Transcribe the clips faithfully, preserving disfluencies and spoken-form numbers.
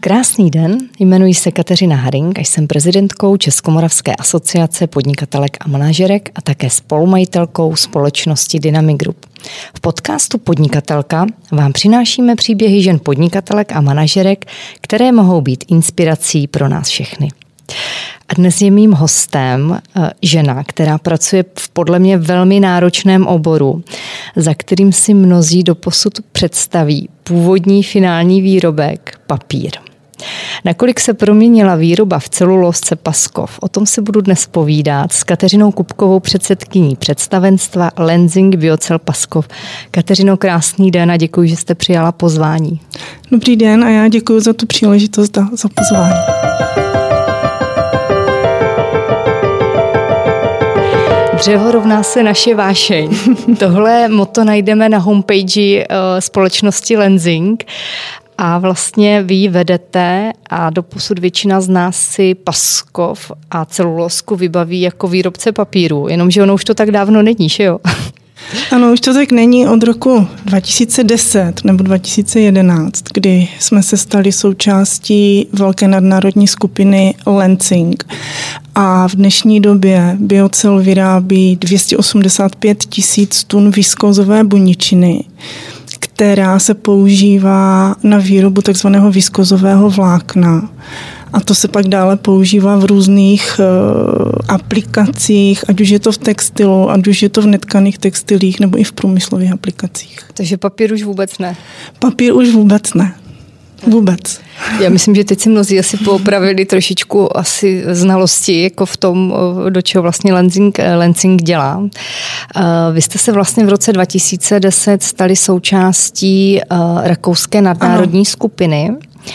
Krásný den, jmenuji se Kateřina Haring a jsem prezidentkou Českomoravské asociace podnikatelek a manažerek a také spolumajitelkou společnosti Dynamic Group. V podcastu Podnikatelka vám přinášíme příběhy žen podnikatelek a manažerek, které mohou být inspirací pro nás všechny. A dnes je mým hostem žena, která pracuje v podle mě velmi náročném oboru, za kterým si mnozí doposud představí původní finální výrobek papír. Nakolik se proměnila výroba v celulózce Paskov, o tom se budu dnes povídat s Kateřinou Kupkovou, předsedkyní představenstva Lenzing Biocel Paskov. Kateřino, krásný den a děkuji, že jste přijala pozvání. Dobrý den a já děkuji za tu příležitost a za pozvání. Dřevo rovná se naše vášeň. Tohle motto najdeme na homepage společnosti Lenzing a vlastně vy ji vedete a doposud většina z nás si Paskov a celulózku vybaví jako výrobce papíru, jenomže ono už to tak dávno není, že jo? Ano, už to tak není od roku dva tisíce deset nebo dva tisíce jedenáct, kdy jsme se stali součástí velké nadnárodní skupiny Lenzing. A v dnešní době Biocel vyrábí dvě stě osmdesát pět tisíc tun viskozové buničiny, která se používá na výrobu takzvaného viskozového vlákna. A to se pak dále používá v různých uh, aplikacích, ať už je to v textilu, ať už je to v netkaných textilích, nebo i v průmyslových aplikacích. Takže papír už vůbec ne? Papír už vůbec ne. Vůbec. Já myslím, že teď si mnozí asi poopravili trošičku asi znalosti jako v tom, do čeho vlastně Lenzing, Lenzing dělá. Vy jste se vlastně v roce dva tisíce deset stali součástí rakouské nadnárodní ano. skupiny.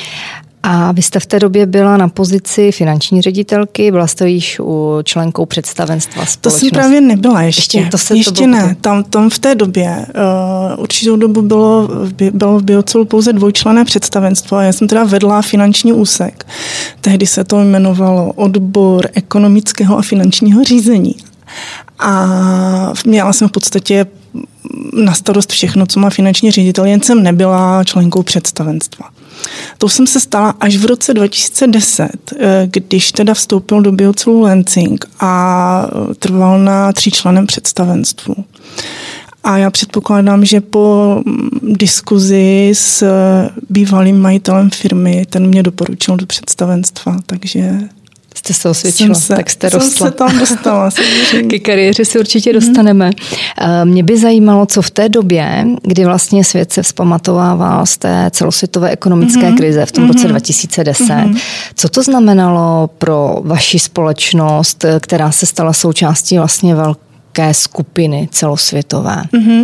A vy jste v té době byla na pozici finanční ředitelky, byla jste již u členkou představenstva společnosti. To jsem právě nebyla ještě. Ještě, to se ještě to ne. Tam, tam v té době uh, určitou dobu bylo, bylo v Biocelu pouze dvojčlenné představenstvo a já jsem teda vedla finanční úsek. Tehdy se to jmenovalo odbor ekonomického a finančního řízení. A měla jsem v podstatě na starost všechno, co má finanční ředitel, jen jsem nebyla členkou představenstva. To jsem se stala až v roce dva tisíce deset, když teda vstoupil do Biocelu Lenzing a trval na tříčlenném představenstvu. A já předpokládám, že po diskuzi s bývalým majitelem firmy, ten mě doporučil do představenstva, takže... Jste se osvědčila, se, tak jste rostla. Jsem se tam dostala. Ke kariéře se určitě dostaneme. Mě by zajímalo, co v té době, kdy vlastně svět se vzpamatovával z té celosvětové ekonomické mm-hmm. krize v tom mm-hmm. roce dva tisíce deset. Mm-hmm. Co to znamenalo pro vaši společnost, která se stala součástí vlastně velké skupiny celosvětové? Mm-hmm.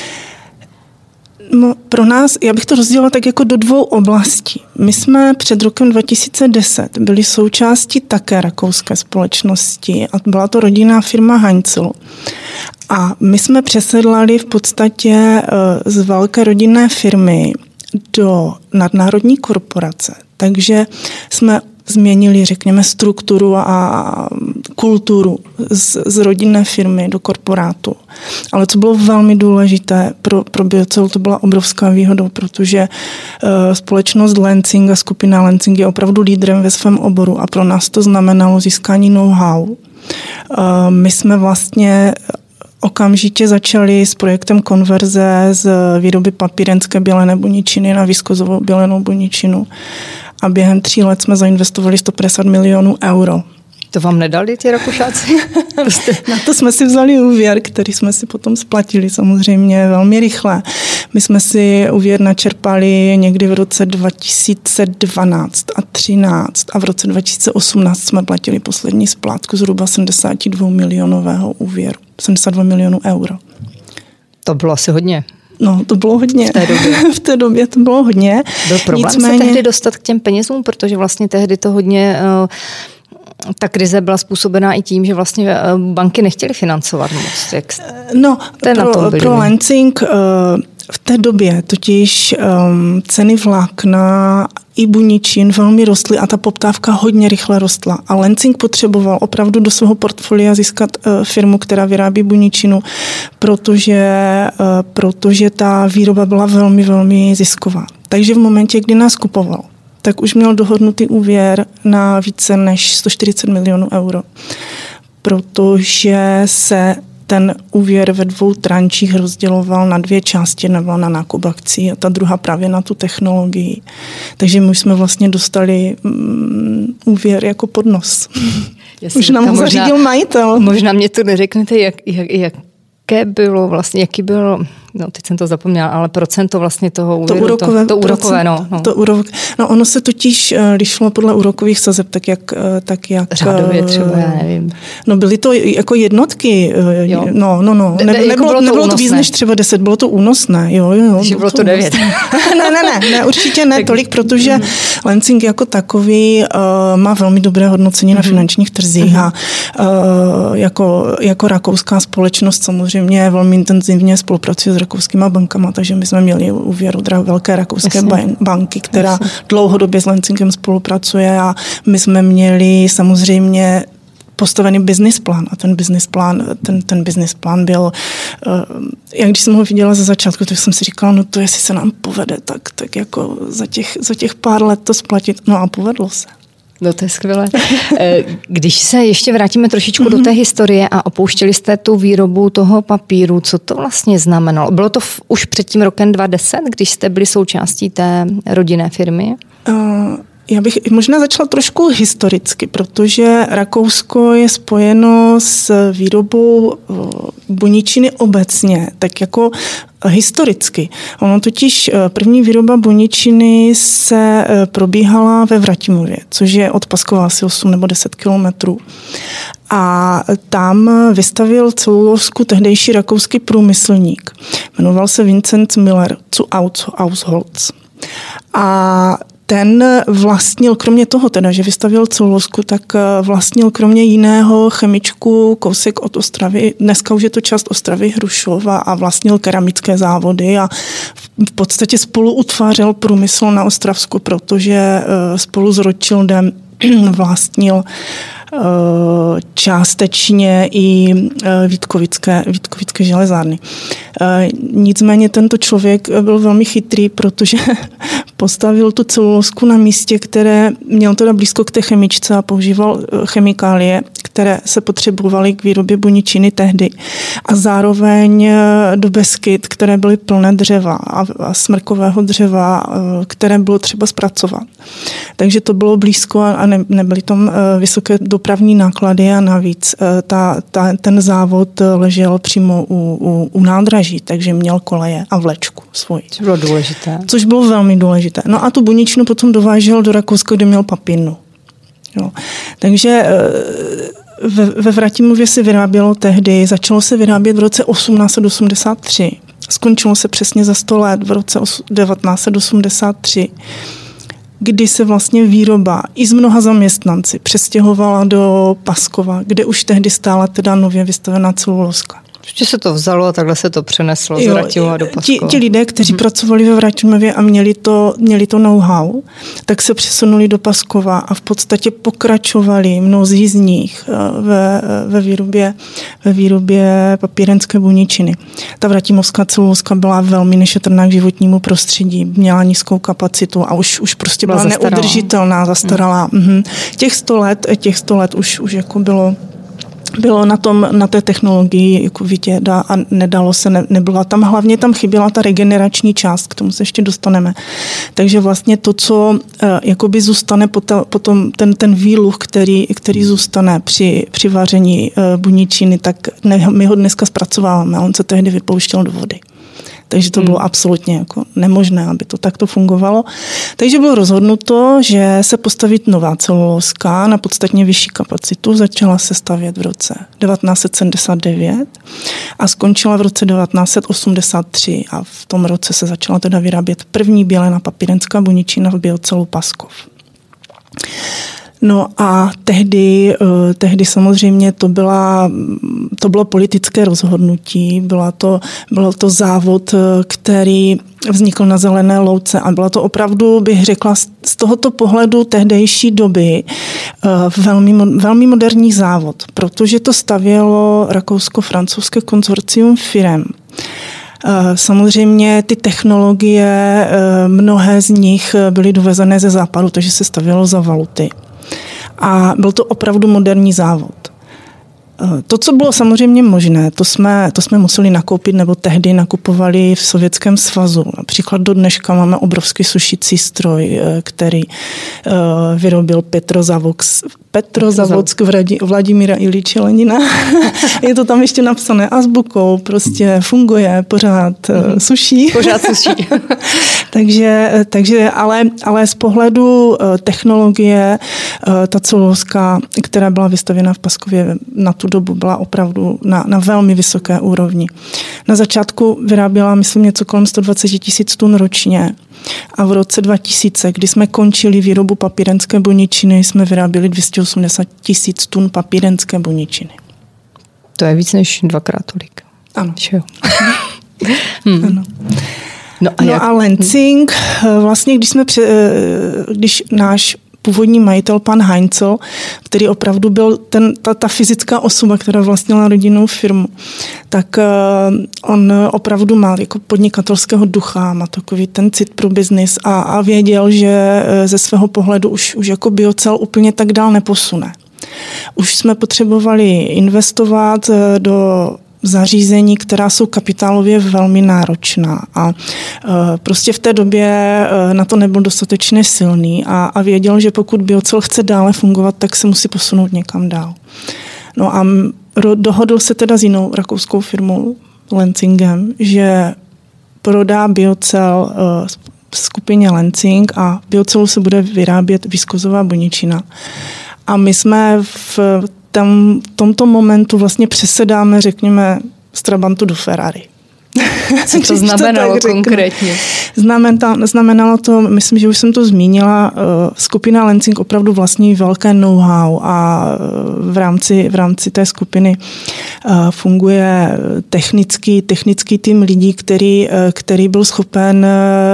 No, pro nás, já bych to rozdělila tak jako do dvou oblastí. My jsme před rokem dva tisíce deset byli součástí také rakouské společnosti a byla to rodinná firma Heinzel. A my jsme přesedlali v podstatě z velké rodinné firmy do nadnárodní korporace. Takže jsme změnili, řekněme, strukturu a kulturu z, z rodinné firmy do korporátu. Ale co bylo velmi důležité pro, pro Biocel, to byla obrovská výhoda, protože uh, společnost Lenzing a skupina Lenzing je opravdu lídrem ve svém oboru a pro nás to znamenalo získání know-how. Uh, my jsme vlastně okamžitě začali s projektem konverze z výroby papírenské bělené buničiny na viskozovou bělenou buničinu. A během tří let jsme zainvestovali sto padesát milionů euro. To vám nedali ty Rakušáci? Na to jsme si vzali úvěr, který jsme si potom splatili samozřejmě velmi rychle. My jsme si úvěr načerpali někdy v roce dva tisíce dvanáct a třináct a v roce dva tisíce osmnáct jsme platili poslední splátku zhruba sedmdesát dva milionového úvěru. sedmdesát dva milionů euro. To bylo asi hodně. No, to bylo hodně. V té době. v té době to bylo hodně. Byl problém Nicméně... se tehdy dostat k těm penězům, protože vlastně tehdy to hodně... Uh, ta krize byla způsobená i tím, že vlastně banky nechtěly financovat moc. Jak no, pro, pro Lenzing uh, v té době totiž um, ceny vlákna i buničin velmi rostly a ta poptávka hodně rychle rostla. A Lenzing potřeboval opravdu do svého portfolia získat uh, firmu, která vyrábí buničinu, protože, uh, protože ta výroba byla velmi, velmi zisková. Takže v momentě, kdy nás kupoval, tak už měl dohodnutý úvěr na více než sto čtyřicet milionů euro, protože se ten úvěr ve dvou trančích rozděloval na dvě části, nebo na nákup akcí a ta druhá právě na tu technologii. Takže my už jsme vlastně dostali mm, úvěr jako podnos. Už nám ho zařídil majitel. Možná mě to neřeknete, jak, jak, jaké bylo vlastně, jaký byl, no teď jsem to zapomněla, ale procento vlastně toho úvěru. To úrokové. To, to úrokové, no. No. To úrok, no ono se totiž lišlo podle úrokových sazeb, tak jak... Tak jak řádově třeba, já nevím. No byly to jako jednotky, jo. no, no, no. Ne, ne, nebylo, bylo to, nebylo to víc než třeba deset, bylo to únosné, jo, jo. Takže bylo to devět. ne, ne, ne, ne, určitě ne tolik, protože mm. Lansing jako takový uh, má velmi dobré hodnocení mm. na finančních trzích mm. a uh, jako, jako rakouská společnost samozřejmě velmi intenzivně spolupracuje s rakouskýma bankama, takže my jsme měli úvěr od velké rakouské Jasně. banky, která Jasně. dlouhodobě s Lansingem spolupracuje a my jsme měli samozřejmě postavený business plán a ten business plán, ten, ten business plán byl, jak když jsem ho viděla ze začátku, tak jsem si říkala, no to jestli se nám povede, tak, tak jako za těch, za těch pár let to splatit, no a povedlo se. No to je skvělé. Když se ještě vrátíme trošičku mm-hmm. do té historie a opouštěli jste tu výrobu toho papíru, co to vlastně znamenalo? Bylo to v, už před tím rokem dva tisíce deset, když jste byli součástí té rodinné firmy? Uh... Já bych možná začala trošku historicky, protože Rakousko je spojeno s výrobou buničiny obecně, tak jako historicky. Ono totiž první výroba buničiny se probíhala ve Vratimově, což je od Paskova asi osm nebo deset kilometrů. A tam vystavil celulózku tehdejší rakouský průmyslník. Jmenoval se Vincent Miller zu Ausholz. A ten vlastnil, kromě toho teda, že vystavil celulózku, tak vlastnil kromě jiného chemičku kousek od Ostravy, dneska už je to část Ostravy Hrušova a vlastnil keramické závody a v podstatě spolu utvářel průmysl na Ostravsku, protože spolu s Rothschildem vlastnil částečně i Vítkovické, Vítkovické železárny. Nicméně tento člověk byl velmi chytrý, protože postavil tu celulózku na místě, které měl teda blízko k té chemičce a používal chemikálie, které se potřebovaly k výrobě buničiny tehdy. A zároveň do Beskyd, které byly plné dřeva a smrkového dřeva, které bylo třeba zpracovat. Takže to bylo blízko a ne, nebyly tam vysoké dopravní náklady a navíc ta, ta, ten závod ležel přímo u, u, u nádraží, takže měl koleje a vlečku svoji. Což bylo důležité. Což bylo velmi důležité. No a tu buničinu potom dovážel do Rakouska, kde měl papínu. Jo. Takže ve, ve Vratimově se vyrábělo tehdy, začalo se vyrábět v roce osmnáct set osmdesát tři. Skončilo se přesně za sto let v roce devatenáct set osmdesát tři, kdy se vlastně výroba i s mnoha zaměstnanci přestěhovala do Paskova, kde už tehdy stála teda nově vystavená celulózka. Ještě se to vzalo a takhle se to přeneslo z Vratimova do Paskova. Ti, ti lidé, kteří hmm. pracovali ve Vratimově a měli to, měli to know-how, tak se přesunuli do Paskova a v podstatě pokračovali mnozí z nich ve, ve, výrobě, ve výrobě papírenské buničiny. Ta vratimovská celulózka byla velmi nešetrná k životnímu prostředí, měla nízkou kapacitu a už, už prostě byla, byla neudržitelná, zastaralá. Hmm. Mhm. Těch sto let, těch sto let už, už jako bylo bylo na tom, na té technologii jako vidět a nedalo se, ne, nebyla tam, hlavně tam chyběla ta regenerační část, k tomu se ještě dostaneme. Takže vlastně to, co eh, jakoby zůstane potom, potom ten, ten výluh, který, který zůstane při, při vaření eh, buničiny, tak ne, my ho dneska zpracováváme a on se tehdy vypouštěl do vody. Takže to bylo hmm. absolutně jako nemožné, aby to takto fungovalo. Takže bylo rozhodnuto, že se postaví nová celulózka na podstatně vyšší kapacitu. Začala se stavět v roce devatenáct set sedmdesát devět a skončila v roce devatenáct set osmdesát tři a v tom roce se začala teda vyrábět první bělená papírenská buničina v biocelu Paskov. No a tehdy, tehdy samozřejmě to, byla, to bylo politické rozhodnutí, byla to, byl to závod, který vznikl na zelené louce a byla to opravdu, bych řekla, z tohoto pohledu tehdejší doby velmi, velmi moderní závod, protože to stavělo rakousko-francouzské konzorcium firem. Samozřejmě ty technologie, mnohé z nich byly dovezené ze západu, takže se stavělo za valuty. A byl to opravdu moderní závod. To, co bylo samozřejmě možné, to jsme, to jsme museli nakoupit, nebo tehdy nakupovali v Sovětském svazu. Například do dneška máme obrovský sušící stroj, který vyrobil Petro Zavox, Petro Zavodsk Vladimíra Iliče Lenina. Je to tam ještě napsané azbukou, prostě funguje, pořád mm-hmm. suší. Pořád suší. takže, takže ale, ale z pohledu technologie, ta celovská, která byla vystavěna v Paskově na tu dobu, byla opravdu na, na velmi vysoké úrovni. Na začátku vyráběla, myslím, něco kolem sto dvacet tisíc tun ročně. A v roce dva tisíce, kdy jsme končili výrobu papírenské buničiny, jsme vyráběli dvě stě osmdesát tisíc tun papírenské buničiny. To je víc než dvakrát tolik. Ano. hmm. ano. No a, no jak... a Lenzing, vlastně když jsme, pře... když náš původní majitel, pan Heinzel, který opravdu byl ten, ta, ta fyzická osoba, která vlastnila rodinnou firmu, tak uh, on opravdu má jako podnikatelského ducha, má takový ten cit pro biznis a, a věděl, že ze svého pohledu už, už jako biocel úplně tak dál neposune. Už jsme potřebovali investovat do zařízení, která jsou kapitálově velmi náročná a uh, prostě v té době uh, na to nebyl dostatečně silný a, a věděl, že pokud biocel chce dále fungovat, tak se musí posunout někam dál. No a ro, dohodl se teda s jinou rakouskou firmou Lenzingem, že prodá biocel uh, skupině Lenzing a biocelu se bude vyrábět viskozová buničina. A my jsme v tam v tomto momentu vlastně přesedáme, řekněme, z Trabantu do Ferrari. Co to znamenalo to konkrétně? Znamenalo, znamenalo to, myslím, že už jsem to zmínila, skupina Lenzing opravdu vlastní velké know-how a v rámci, v rámci té skupiny funguje technický, technický tým lidí, který, který byl schopen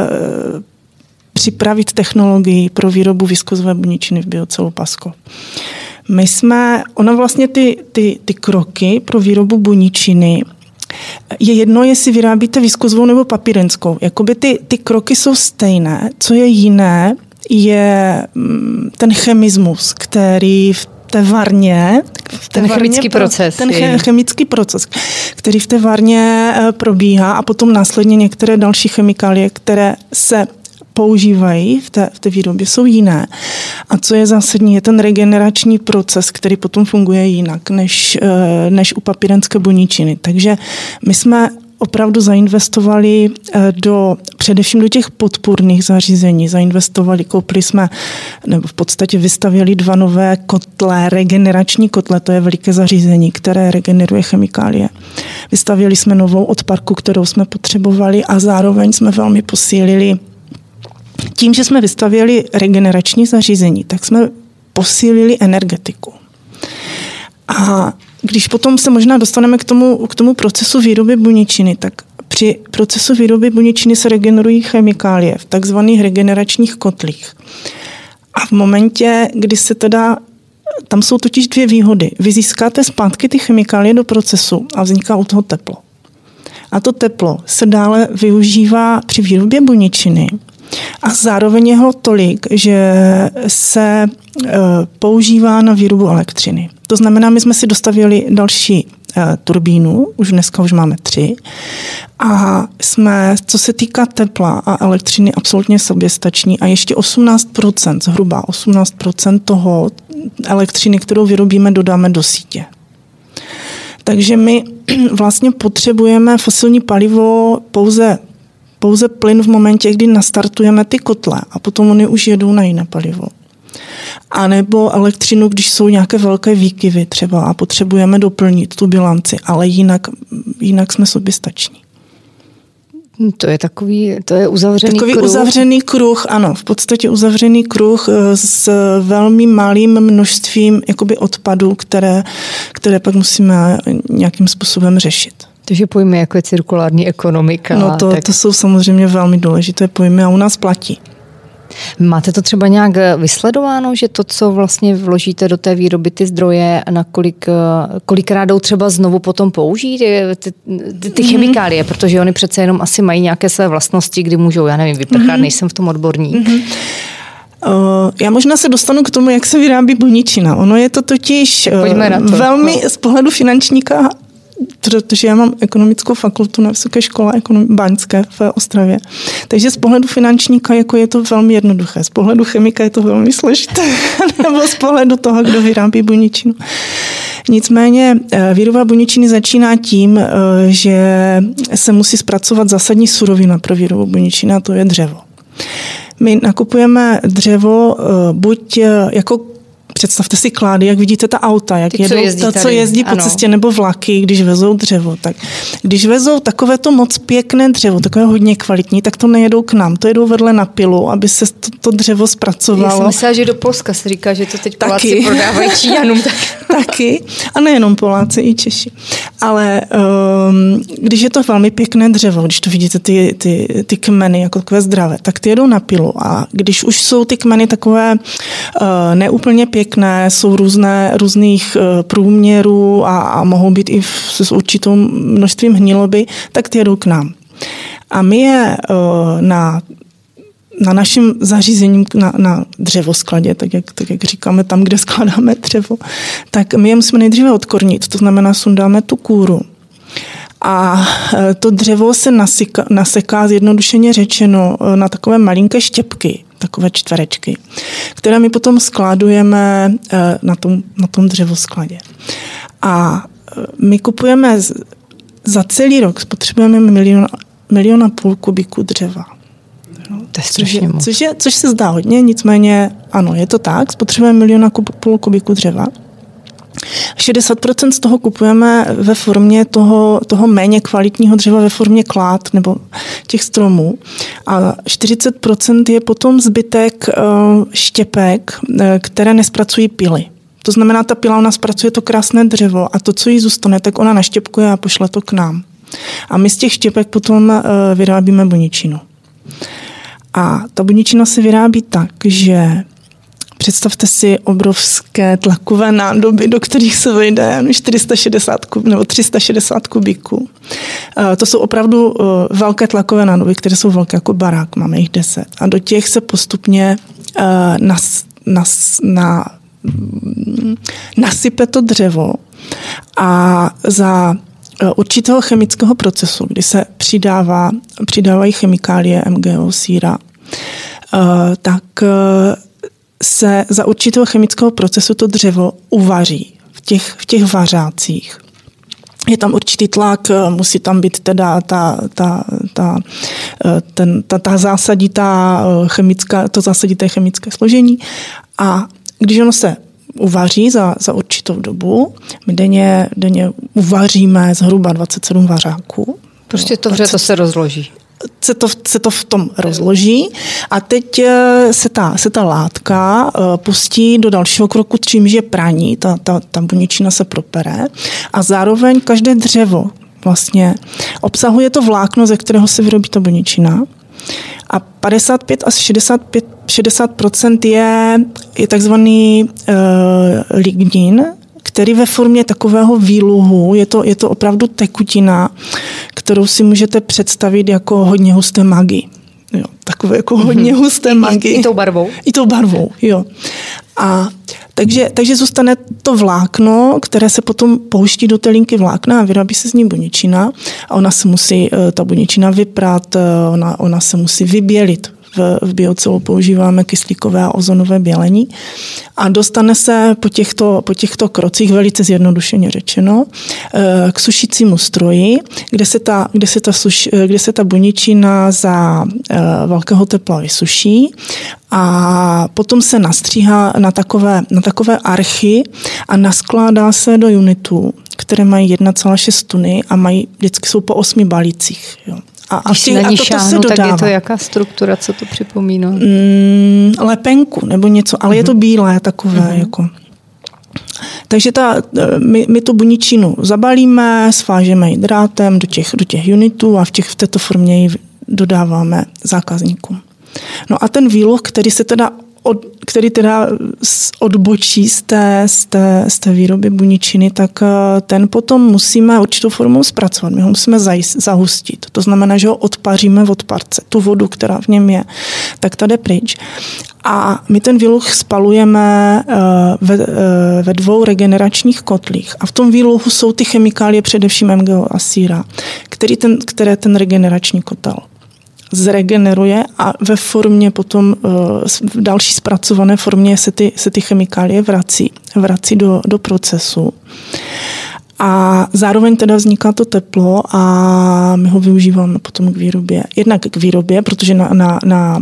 připravit technologii pro výrobu viskozové buničiny v biocelu Paskov. My jsme, ona vlastně ty, ty, ty kroky pro výrobu buničiny, je jedno, jestli vyrábíte viskozovou nebo papírenskou. Jakoby ty, ty kroky jsou stejné. Co je jiné, je ten chemismus, který v té varně, v ten chemický pro, proces. Ten je. chemický proces, který v té varně probíhá a potom následně některé další chemikálie, které se používají v té, v té výrobě, jsou jiné. A co je zásadní, je ten regenerační proces, který potom funguje jinak než, než u papírenské buničiny. Takže my jsme opravdu zainvestovali do, především do těch podpůrných zařízení. Zainvestovali, koupili jsme, nebo v podstatě vystavěli dva nové kotle, regenerační kotle, to je veliké zařízení, které regeneruje chemikálie. Vystavěli jsme novou odparku, kterou jsme potřebovali a zároveň jsme velmi posílili tím, že jsme vystavěli regenerační zařízení, tak jsme posílili energetiku. A když potom se možná dostaneme k tomu, k tomu procesu výroby buničiny, tak při procesu výroby buničiny se regenerují chemikálie v takzvaných regeneračních kotlích. A v momentě, kdy se teda, tam jsou totiž dvě výhody. Vy získáte zpátky ty chemikálie do procesu a vzniká u toho teplo. A to teplo se dále využívá při výrobě buničiny a zároveň je ho tolik, že se e, používá na výrobu elektřiny. To znamená, my jsme si dostavili další e, turbínu, už dneska už máme tři, a jsme, co se týká tepla a elektřiny, absolutně soběstační a ještě osmnáct procent, zhruba osmnáct procent toho elektřiny, kterou vyrobíme, dodáme do sítě. Takže my vlastně potřebujeme fosilní palivo pouze pouze plyn v momentě, kdy nastartujeme ty kotle a potom oni už jedou na jiné palivo. A nebo elektřinu, když jsou nějaké velké výkyvy třeba a potřebujeme doplnit tu bilanci, ale jinak, jinak jsme soběstační. To je takový, to je uzavřený takový kruh. uzavřený kruh, ano, v podstatě uzavřený kruh s velmi malým množstvím jakoby odpadů, které, které pak musíme nějakým způsobem řešit. Takže pojmy jako je cirkulární ekonomika. No to, tak... to jsou samozřejmě velmi důležité pojmy a u nás platí. Máte to třeba nějak vysledováno, že to, co vlastně vložíte do té výroby, ty zdroje, na kolik, kolikrát jdou třeba znovu potom použít ty, ty, ty chemikálie, mm-hmm. protože oni přece jenom asi mají nějaké své vlastnosti, kdy můžou, já nevím, vyprchat, mm-hmm. nejsem v tom odborník. Mm-hmm. Uh, já možná se dostanu k tomu, jak se vyrábí buničina. Ono je to totiž uh, to. velmi no. z pohledu finančníka, protože já mám ekonomickou fakultu na vysoké škole báňské v Ostravě. Takže z pohledu finančníka jako je to velmi jednoduché. Z pohledu chemika je to velmi složité. Nebo z pohledu toho, kdo vyrábí buničinu. Nicméně výroba buničiny začíná tím, že se musí zpracovat zásadní surovina pro výrobu buničiny, a to je dřevo. My nakupujeme dřevo buď jako představte si klády, jak vidíte ta auta, jak Ty, jedou, co jezdí, ta, co jezdí po cestě, nebo vlaky, když vezou dřevo. Tak když vezou takovéto moc pěkné dřevo, takové hodně kvalitní, tak to nejedou k nám, to jedou vedle na pilu, aby se to, to dřevo zpracovalo. Já jsem myslela, že do Polska se říká, že to teď Poláci Taky. prodávají Číňanům. Tak. Taky. A nejenom Poláci, i Češi. Ale um, když je to velmi pěkné dřevo, když to vidíte ty, ty, ty kmeny jako takové zdravé, tak ty jedou na pilu. A když už jsou ty kmeny takové uh, neúplně pěkné, jsou různé, různých uh, průměrů a, a mohou být i v, s určitou množstvím hniloby, tak ty jedou k nám. A my je uh, na na našem zařízení na, na dřevoskladě, tak jak, tak jak říkáme tam, kde skládáme dřevo, tak my je musíme nejdříve odkornit, to znamená sundáme tu kůru. A to dřevo se nasyka, naseká, zjednodušeně řečeno, na takové malinké štěpky, takové čtverečky, které my potom skládujeme na tom, na tom dřevoskladě. A my kupujeme za celý rok, spotřebujeme milion, milion a půl kubíku dřeva. No, to je což, moc. Což, je, což se zdá hodně, nicméně ano, je to tak, spotřebujeme milion a půl kubíku dřeva. šedesát procent z toho kupujeme ve formě toho, toho méně kvalitního dřeva, ve formě klád nebo těch stromů. A čtyřicet procent je potom zbytek uh, štěpek, uh, které nespracují pily. To znamená, ta pila ona zpracuje to krásné dřevo a to, co jí zůstane, tak ona naštěpkuje a pošle to k nám. A my z těch štěpek potom uh, vyrábíme buničinu. A ta buničina se vyrábí tak, že představte si obrovské tlakové nádoby, do kterých se vejde čtyři sta šedesát kub, nebo tři sta šedesát kubíků. To jsou opravdu velké tlakové nádoby, které jsou velké jako barák, máme jich deset. A do těch se postupně nas, nas, na, nasype to dřevo a za určitého chemického procesu, kdy se přidává, přidávají chemikálie M G O, síra, tak se za určitého chemického procesu to dřevo uvaří v těch, v těch vařácích. Je tam určitý tlak, musí tam být teda ta, ta, ta, ten, ta, ta zásaditá chemická, to zásadité chemické složení. A když ono se uvaří za, za určitou dobu, my denně, denně uvaříme zhruba dvacet sedm vařáků. Prostě to vře, to se rozloží. Se to, se to v tom rozloží a teď se ta, se ta látka pustí do dalšího kroku, čímž je praní, ta, ta, ta buničina se propere a zároveň každé dřevo vlastně obsahuje to vlákno, ze kterého se vyrobí ta buničina a padesát pět až šedesát pět, šedesát procent je, je takzvaný uh, lignin, který ve formě takového výluhu, je to, je to opravdu tekutina, kterou si můžete představit jako hodně husté magy. Jo, takové jako hodně husté magy. I tou barvou? I tou barvou, jo. A takže, takže zůstane to vlákno, které se potom pouští do té linky vlákna a vyrábí se z ní buničina a ona se musí, ta buničina vyprat, ona, ona se musí vybělit. V, v biocelu používáme kyslíkové a ozonové bělení a dostane se po těchto, po těchto krocích, velice zjednodušeně řečeno, k sušícímu stroji, kde se ta, kde se ta, suš, kde se ta buničina za velkého tepla vysuší a potom se nastříhá na takové, na takové archy a naskládá se do unitů, které mají jedna celá šest tuny a mají, vždycky jsou po osmi balících. Jo. A, a, Když si na ní šáhnu, tak je to jaká struktura, co to připomíná? Mm, lepenku nebo něco, ale uh-huh. je to bílé takové. Uh-huh. Jako. Takže ta, my, my tu buničinu zabalíme, svážeme ji drátem do těch, do těch unitů a v, těch, v této formě ji dodáváme zákazníkům. No a ten výluh, který se teda Od, který teda odbočí z té, z, té, z té výroby buničiny, tak ten potom musíme určitou formou zpracovat. My ho musíme zahustit. To znamená, že ho odpaříme v odparce. Tu vodu, která v něm je, tak ta jde pryč. A my ten výluh spalujeme ve, ve dvou regeneračních kotlích. A v tom výluhu jsou ty chemikálie, především M G O a síra, který ten, které ten regenerační kotel zregeneruje a ve formě potom v další zpracované formě se ty, se ty chemikálie vrací, vrací do, do procesu. A zároveň teda vzniká to teplo a my ho využíváme potom k výrobě. Jednak k výrobě, protože na, na, na,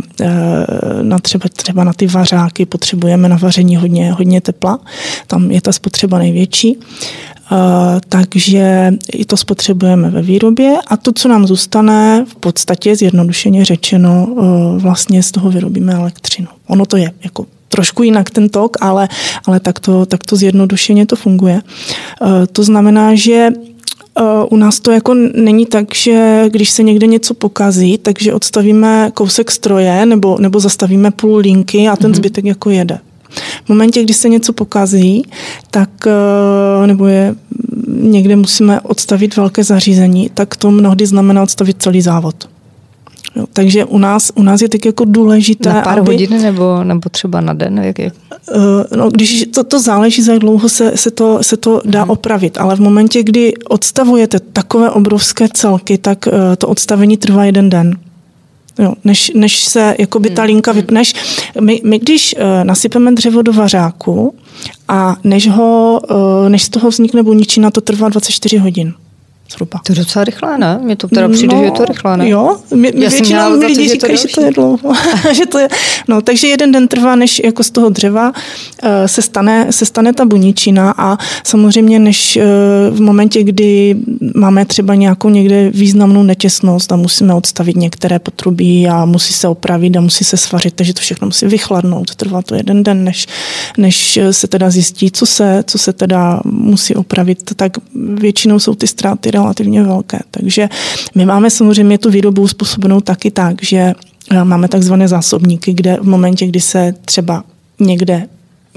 na třeba, třeba na ty vařáky potřebujeme na vaření hodně, hodně tepla. Tam je ta spotřeba největší. Uh, takže i to spotřebujeme ve výrobě a to, co nám zůstane, v podstatě zjednodušeně řečeno, uh, vlastně z toho vyrobíme elektřinu. Ono to je jako trošku jinak ten tok, ale, ale takto, takto zjednodušeně to funguje. Uh, to znamená, že uh, u nás to jako není tak, že když se někde něco pokazí, takže odstavíme kousek stroje nebo, nebo zastavíme půl linky a ten mm-hmm. zbytek jako jede. V momentě, kdy se něco pokazí, tak nebo je někde musíme odstavit velké zařízení, tak to mnohdy znamená odstavit celý závod. Jo, takže u nás, u nás je tak jako důležité, na pár aby, hodin nebo, nebo třeba na den? Jak je? No, když to, to záleží, za jak dlouho se, se, to, se to dá hmm. opravit, ale v momentě, kdy odstavujete takové obrovské celky, tak to odstavení trvá jeden den. Jo, než, než se jakoby ta linka vypneš. My, my když uh, nasypeme dřevo do vařáku a než, ho, uh, než z toho vznikne buničina, to trvá dvacet čtyři hodin. Zhruba. To je docela rychlé, ne? Mně to teda přijde, no, že je to rychlé, ne? Jo, my, my většinou lidi říkají, že to je dlouho. že to je, no, takže jeden den trvá, než jako z toho dřeva uh, se, stane, se stane ta buničina a samozřejmě než uh, v momentě, kdy máme třeba nějakou někde významnou netěsnost a musíme odstavit některé potrubí a musí se opravit a musí se svařit, takže to všechno musí vychladnout. Trvá to jeden den, než, než se teda zjistí, co se, co se teda musí opravit, tak většinou jsou ty ztráty relativně velké. Takže my máme samozřejmě tu výrobu uspůsobenou taky tak, že máme takzvané zásobníky, kde v momentě, kdy se třeba někde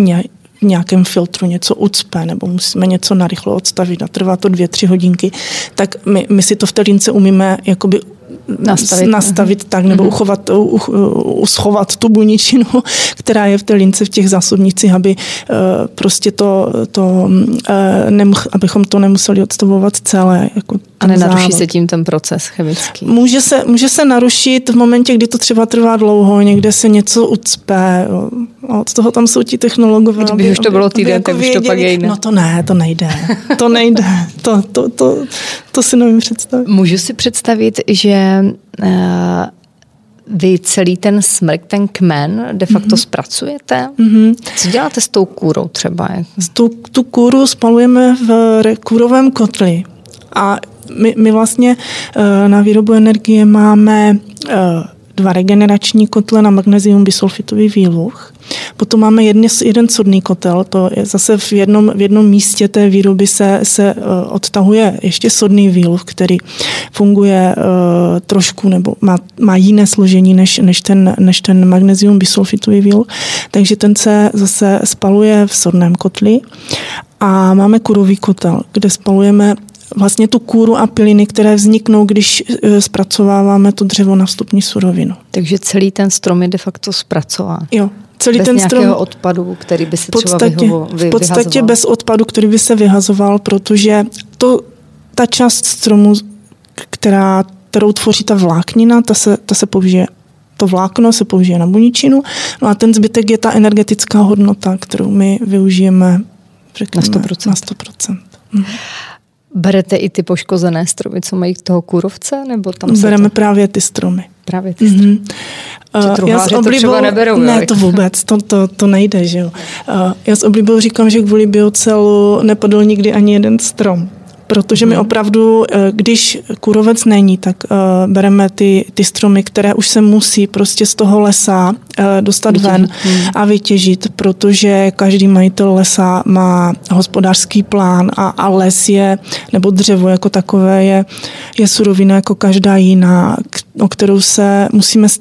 v nějakém filtru něco ucpe nebo musíme něco narychlo odstavit a trvá to dvě, tři hodinky, tak my, my si to v té lince umíme jakoby nastavit, nastavit tak, nebo uchovat, uch, uschovat tu buničinu, která je v té lince v těch zásobnicích, aby uh, prostě to, to uh, nemuch, abychom to nemuseli odstavovat celé. Jako a nenaruší závod. Se tím ten proces chemický? Může se, může se narušit v momentě, kdy to třeba trvá dlouho, někde se něco ucpe. Jo. A od toho tam jsou ti technologové. Kdyby aby, už to bylo týden, tak už to pak je jiné. No to ne, to nejde. To nejde. To, to, to, to si nevím představit. Můžu si představit, že uh, vy celý ten smrk, ten kmen de facto mm-hmm. zpracujete? Mm-hmm. Co děláte s tou kůrou třeba? Tu, tu kůru spalujeme v kůrovém kotli. A my, my vlastně uh, na výrobu energie máme uh, dva regenerační kotle na magnézium bisulfitový výluh. Potom máme jedný, jeden sodný kotel, to je zase v jednom, v jednom místě té výroby se, se uh, odtahuje ještě sodný výluh, který funguje uh, trošku nebo má, má jiné složení než, než, ten, než ten magnézium bisulfitový výluh. Takže ten se zase spaluje v sodném kotli. A máme kůrový kotel, kde spalujeme vlastně tu kůru a piliny, které vzniknou, když zpracováváme to dřevo na vstupní surovinu. Takže celý ten strom je de facto zpracován. Jo. Celý bez ten nějakého strom, odpadu, který by se podstatě, třeba vyhovo, vy, v podstatě vyhazoval. bez odpadu, který by se vyhazoval, protože to, ta část stromu, která, kterou tvoří ta vláknina, ta se, ta se použije. To vlákno se použije na buničinu, no a ten zbytek je ta energetická hodnota, kterou my využijeme řekněme, na sto procent. Na sto procent. Hm. Berete i ty poškozené stromy, co mají toho kůrovce? Nebo tam bereme to... právě ty stromy. Právě ty stromy. Mm-hmm. Truhláři to třeba neberou. Ne, to vůbec, to, to, to nejde. Že jo. Já s oblibou říkám, že kvůli biocelu nepadl nikdy ani jeden strom. Protože my opravdu, když kůrovec není, tak uh, bereme ty, ty stromy, které už se musí prostě z toho lesa uh, dostat vytěžit. ven a vytěžit, protože každý majitel lesa má hospodářský plán a, a les je, nebo dřevo jako takové je, je surovina jako každá jiná, o kterou se musíme starat.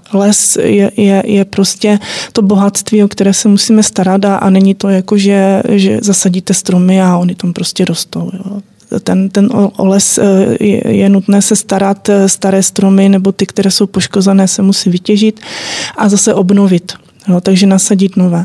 Les je, je, je prostě to bohatství, o které se musíme starat a, a není to jako, že, že zasadíte stromy a oni tam prostě rostou. Jo. Ten, ten o les je, je nutné se starat, staré stromy nebo ty, které jsou poškozené, se musí vytěžit a zase obnovit. Jo, takže nasadit nové.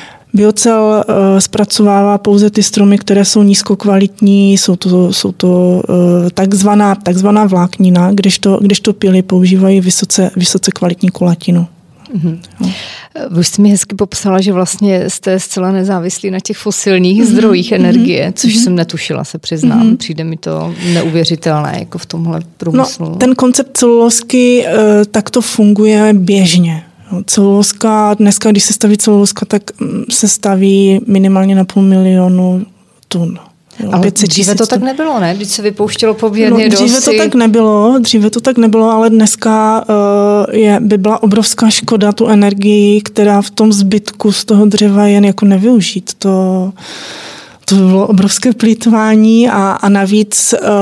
Biocel uh, zpracovává pouze ty stromy, které jsou nízkokvalitní, jsou to, jsou to uh, takzvaná, takzvaná vláknina, kdežto, kdežto pily používají vysoce, vysoce kvalitní kulatinu. Mm-hmm. No. Vy jste mi hezky popsala, že vlastně jste zcela nezávislí na těch fosilních mm-hmm. zdrojích energie, což mm-hmm. jsem netušila, se přiznám. Mm-hmm. Přijde mi to neuvěřitelné jako v tomhle průmyslu. No, ten koncept celulózky uh, takto funguje běžně. Celulózka, dneska, když se staví celulózka, tak se staví minimálně na půl milionu tun. Jo, ale dříve to tak nebylo, ne? Když se vypouštělo poměrně no, dříve dost. to tak nebylo, dříve to tak nebylo, ale dneska uh, je, by byla obrovská škoda tu energii, která v tom zbytku z toho dřeva jen jako nevyužít. To... To by bylo obrovské plýtvání a, a navíc uh,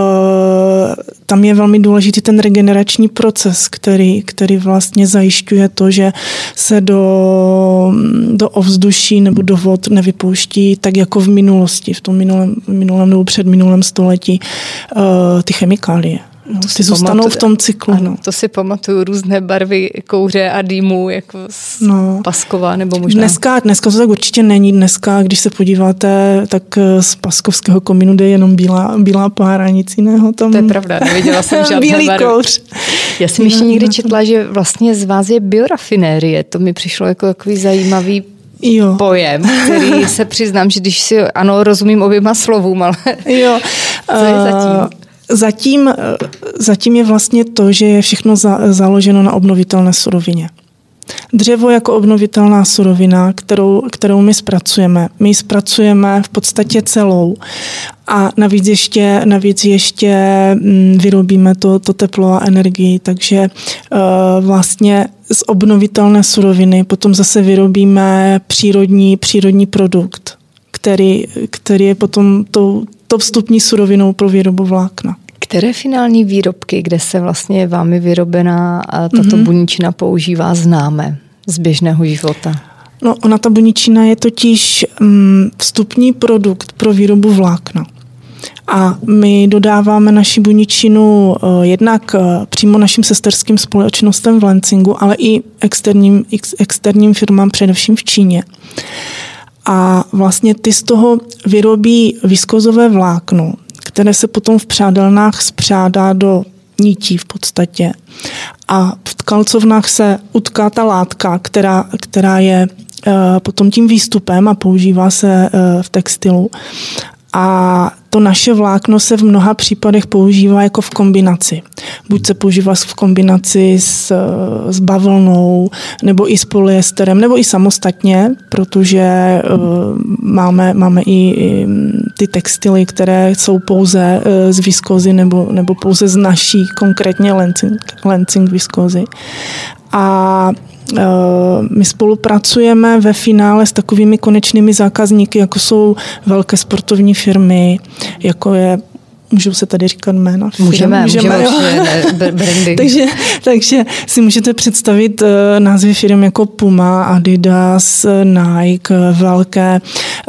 tam je velmi důležitý ten regenerační proces, který, který vlastně zajišťuje to, že se do, do ovzduší nebo do vod nevypouští tak jako v minulosti, v tom minulém, minulém nebo předminulém století uh, ty chemikálie. No, ty zůstanou pamatuju, v tom cyklu. Ano, to si pamatuju, různé barvy kouře a dýmu, jako z no. Pasková nebo možná. Dneska, dneska to tak určitě není. Dneska, když se podíváte, tak z paskovského komínu jde jenom bílá, bílá pára, nic jiného. Tam... To je pravda, neviděla jsem žádné Bílý barvy. kouř. Já jsem ještě někdy četla, že vlastně z vás je biorafinérie. To mi přišlo jako takový zajímavý Jo. pojem, který se přiznám, že když si, ano, rozumím oběma slovům, ale jo. co je zatím? Zatím, zatím je vlastně to, že je všechno za, založeno na obnovitelné surovině. Dřevo jako obnovitelná surovina, kterou, kterou my zpracujeme. My ji zpracujeme v podstatě celou a navíc ještě, navíc ještě vyrobíme to, to teplo a energii, takže uh, vlastně z obnovitelné suroviny potom zase vyrobíme přírodní, přírodní produkt, který, který je potom tou to vstupní surovinou pro výrobu vlákna. Které finální výrobky, kde se vlastně vámi vyrobená tato mm-hmm. buničina používá, známe z běžného života? No, ona ta buničina je totiž um, vstupní produkt pro výrobu vlákna. A my dodáváme naši buničinu uh, jednak uh, přímo našim sesterským společnostem v Lancingu, ale i externím, ex, externím firmám, především v Číně. A vlastně ty z toho vyrobí viskozové vlákno, které se potom v přádelnách spřádá do nití v podstatě. A v tkalcovnách se utká ta látka, která, která je uh, potom tím výstupem a používá se uh, v textilu. A to naše vlákno se v mnoha případech používá jako v kombinaci. Buď se používá v kombinaci s, s bavlnou, nebo i s polyesterem, nebo i samostatně, protože uh, máme, máme i, i ty textily, které jsou pouze uh, z viskozy, nebo, nebo pouze z naší, konkrétně Lansing, Lansing viskozy. A my spolupracujeme ve finále s takovými konečnými zákazníky, jako jsou velké sportovní firmy, jako je, můžou se tady říkat jména? Firm? Můžeme, můžeme, můžeme brandy. takže, takže si můžete představit názvy firm jako Puma, Adidas, Nike, velké,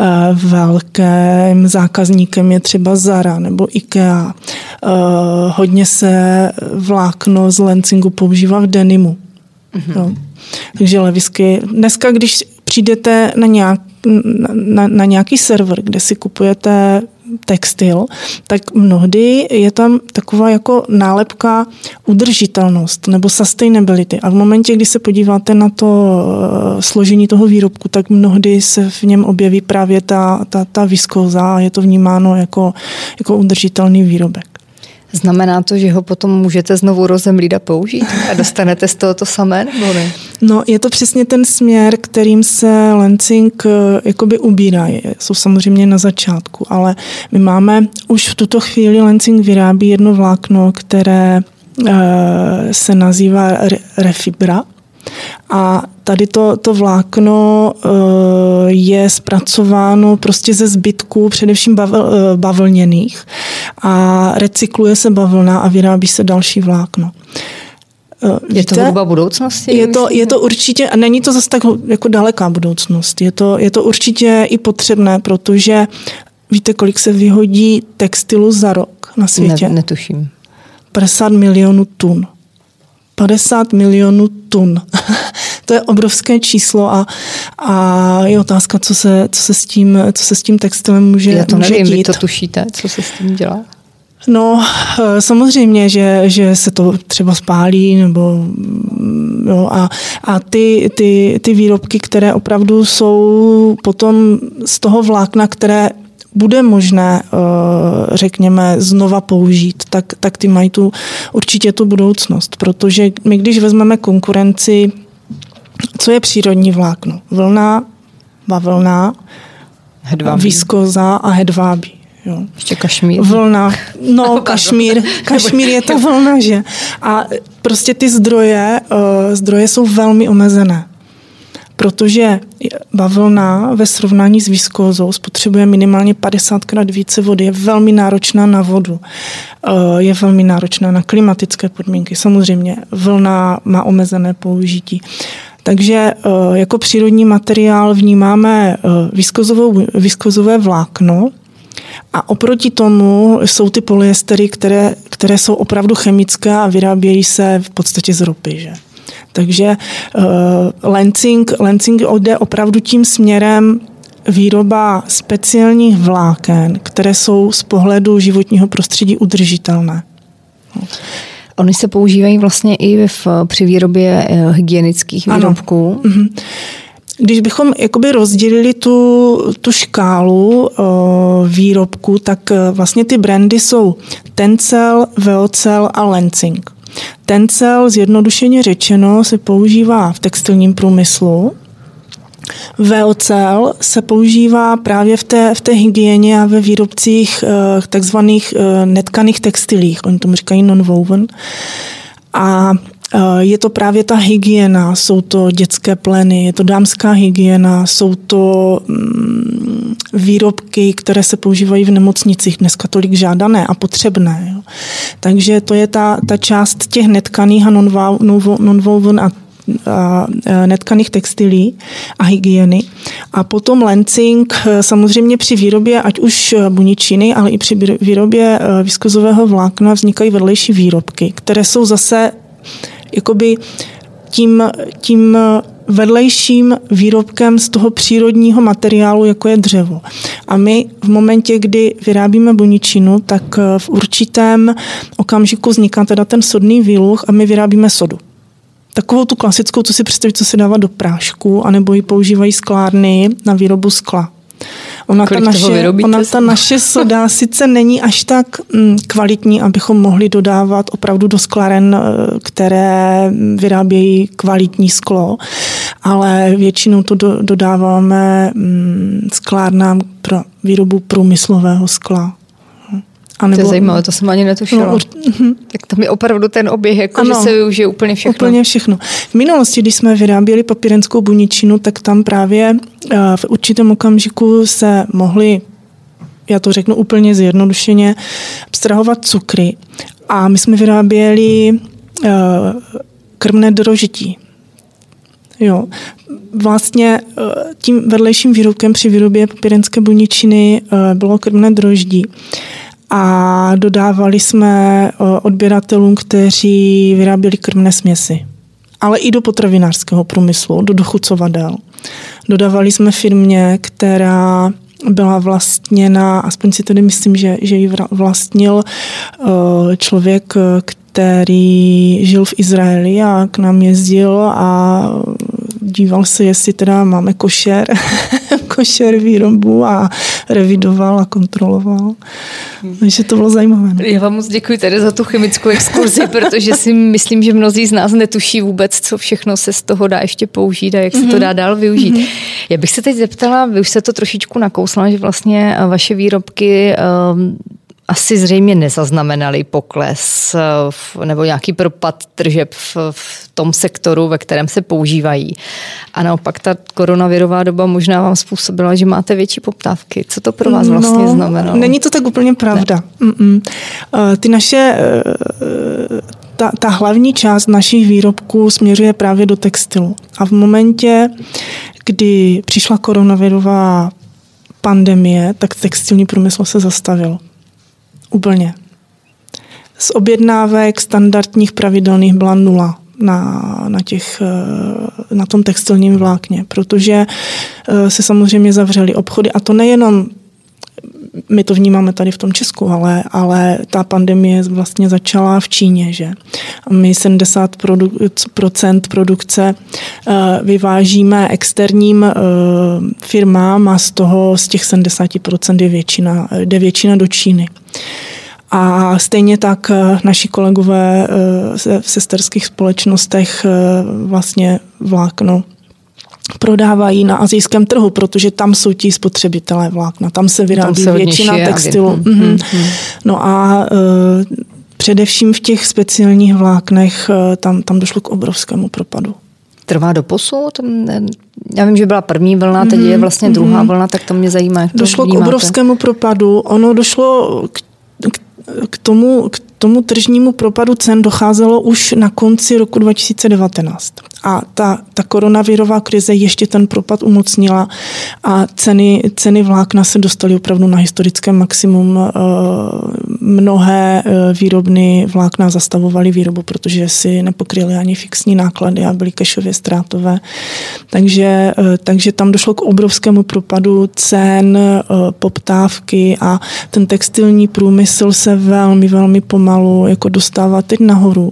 velkým zákazníkem je třeba Zara nebo IKEA. Hodně se vlákno z Lancingu používá v denimu. Mm-hmm. No. Takže levisky. Dneska, když přijdete na, nějak, na, na nějaký server, kde si kupujete textil, tak mnohdy je tam taková jako nálepka udržitelnost nebo sustainability. A v momentě, kdy se podíváte na to složení toho výrobku, tak mnohdy se v něm objeví právě ta, ta, ta viskóza a je to vnímáno jako, jako udržitelný výrobek. Znamená to, že ho potom můžete znovu rozemlít a použít a dostanete z toho to samé, nebo ne? No, je to přesně ten směr, kterým se Lansing jakoby ubírá. Jsou samozřejmě na začátku, ale my máme už v tuto chvíli Lansing vyrábí jedno vlákno, které e, se nazývá Refibra. A tady to, to vlákno e, je zpracováno prostě ze zbytků, především bavl, e, bavlněných a recykluje se bavlna a vyrábí se další vlákno. Víte, je to hudba budoucnosti? Je to, je to určitě, a není to zase tak jako daleká budoucnost. Je to, je to určitě i potřebné, protože víte, kolik se vyhodí textilu za rok na světě? Ne, netuším. padesát milionů tun. padesát milionů tun. To je obrovské číslo a, a je otázka, co se, co se, s, tím, co se s tím textilem může, Já to může nevím, dít. Vy to tušíte, co se s tím dělá? No, samozřejmě, že, že se to třeba spálí, nebo jo, a, a ty, ty, ty výrobky, které opravdu jsou potom z toho vlákna, které bude možné, řekněme, znova použít, tak, tak ty mají tu, určitě tu budoucnost, protože my, když vezmeme konkurenci, co je přírodní vlákno? Vlna, bavlna, hedvábí. Viskoza a hedvábí. Jo. Ještě kašmír. Vlna, no kašmír, kašmír je ta vlna, že? A prostě ty zdroje, zdroje jsou velmi omezené. Protože bavlna ve srovnání s viskózou spotřebuje minimálně padesátkrát více vody, je velmi náročná na vodu, je velmi náročná na klimatické podmínky. Samozřejmě vlna má omezené použití. Takže jako přírodní materiál vnímáme viskozové vlákno a oproti tomu jsou ty polyestery, které, které jsou opravdu chemické a vyrábějí se v podstatě z ropy, že? Takže uh, Lansing, Lansing jde opravdu tím směrem výroba speciálních vláken, které jsou z pohledu životního prostředí udržitelné. No. Oni se používají vlastně i v, při výrobě hygienických výrobků. Ano. Když bychom jakoby rozdělili tu, tu škálu uh, výrobků, tak uh, vlastně ty brandy jsou Tencel, Veocel a Lansing. Tencel, zjednodušeně řečeno, se používá v textilním průmyslu. Veocel se používá právě v té, v té hygieně a ve výrobcích uh, takzvaných uh, netkaných textilích. Oni tomu říkají non-woven. A je to právě ta hygiena, jsou to dětské pleny, je to dámská hygiena, jsou to mm, výrobky, které se používají v nemocnicích, dneska tolik žádané a potřebné. Jo. Takže to je ta, ta část těch netkaných a non-woven a a netkaných textilí a hygieny. A potom Lansing samozřejmě při výrobě ať už buničiny, ale i při výrobě viskozového vlákna vznikají vedlejší výrobky, které jsou zase jakoby tím, tím vedlejším výrobkem z toho přírodního materiálu, jako je dřevo. A my v momentě, kdy vyrábíme buničinu, tak v určitém okamžiku vzniká teda ten sodný výluch a my vyrábíme sodu. Takovou tu klasickou, co si představí, co se dává do prášku, anebo ji používají sklárny na výrobu skla. Ona ta, naše, ona ta naše soda sice není až tak mm, kvalitní, abychom mohli dodávat opravdu do skláren, které vyrábějí kvalitní sklo, ale většinou to do, dodáváme mm, sklárnám pro výrobu průmyslového skla. A nebo, to je zajímavé, to jsem ani netušila. No, uh-huh. Tak tam je opravdu ten oběh, jako ano, že se využije úplně všechno. Úplně všechno. V minulosti, když jsme vyráběli papírenskou buničinu, tak tam právě uh, v určitém okamžiku se mohly, já to řeknu úplně zjednodušeně, abstrahovat cukry. A my jsme vyráběli uh, krmné drožití. Jo. Vlastně uh, tím vedlejším výrobkem při výrobě papírenské buničiny uh, bylo krmné droždí. A dodávali jsme odběratelům, kteří vyráběli krmné směsi. Ale i do potravinářského průmyslu, do dochucovadel. Dodávali jsme firmě, která byla vlastněna, aspoň si tedy myslím, že, že ji vlastnil člověk, který žil v Izraeli a k nám jezdil a díval se, jestli teda máme košer, košer výrobu a revidoval a kontroloval. Takže to bylo zajímavé. No? Já vám moc děkuji tady za tu chemickou exkurzi, protože si myslím, že mnozí z nás netuší vůbec, co všechno se z toho dá ještě použít a jak se to dá dál využít. Mm-hmm. Já bych se teď zeptala, vy už se to trošičku nakousla, že vlastně vaše výrobky um, asi zřejmě nezaznamenali pokles nebo nějaký propad tržeb v, v tom sektoru, ve kterém se používají. A naopak ta koronavirová doba možná vám způsobila, že máte větší poptávky. Co to pro vás vlastně no, znamenalo? Není to tak úplně pravda. Ty naše ta, ta hlavní část našich výrobků směřuje právě do textilu. A v momentě, kdy přišla koronavirová pandemie, tak textilní průmysl se zastavil. Úplně. Z objednávek standardních pravidelných byla nula na, na, těch, na tom textilním vlákně, protože se samozřejmě zavřely obchody a to nejenom my to vnímáme tady v tom Česku, ale, ale ta pandemie vlastně začala v Číně, že? A my sedmdesát procent produkce uh, vyvážíme externím uh, firmám a z toho z těch sedmdesát procent je většina, jde většina do Číny. A stejně tak naši kolegové uh, v sesterských společnostech uh, vlastně vlákno prodávají na asijském trhu, protože tam jsou ti spotřebitelé vlákna, tam se vyrábí tam se většina textilu. Hmm, mm-hmm. hmm. No a uh, především v těch speciálních vláknech uh, tam, tam došlo k obrovskému propadu. Trvá do posud? Já vím, že byla první vlna, teď je vlastně druhá mm-hmm. vlna, tak to mě zajímá, jak to došlo vnímáte. K obrovskému propadu. Ono došlo k, k, k tomu, k tomu tržnímu propadu cen docházelo už na konci roku dva tisíce devatenáct. A ta, ta koronavirová krize ještě ten propad umocnila a ceny, ceny vlákna se dostaly opravdu na historické maximum. Mnohé výrobny vlákna zastavovaly výrobu, protože si nepokryly ani fixní náklady a byly cashově ztrátové. Takže, takže tam došlo k obrovskému propadu cen, poptávky a ten textilní průmysl se velmi, velmi pomalu jako dostává teď nahoru.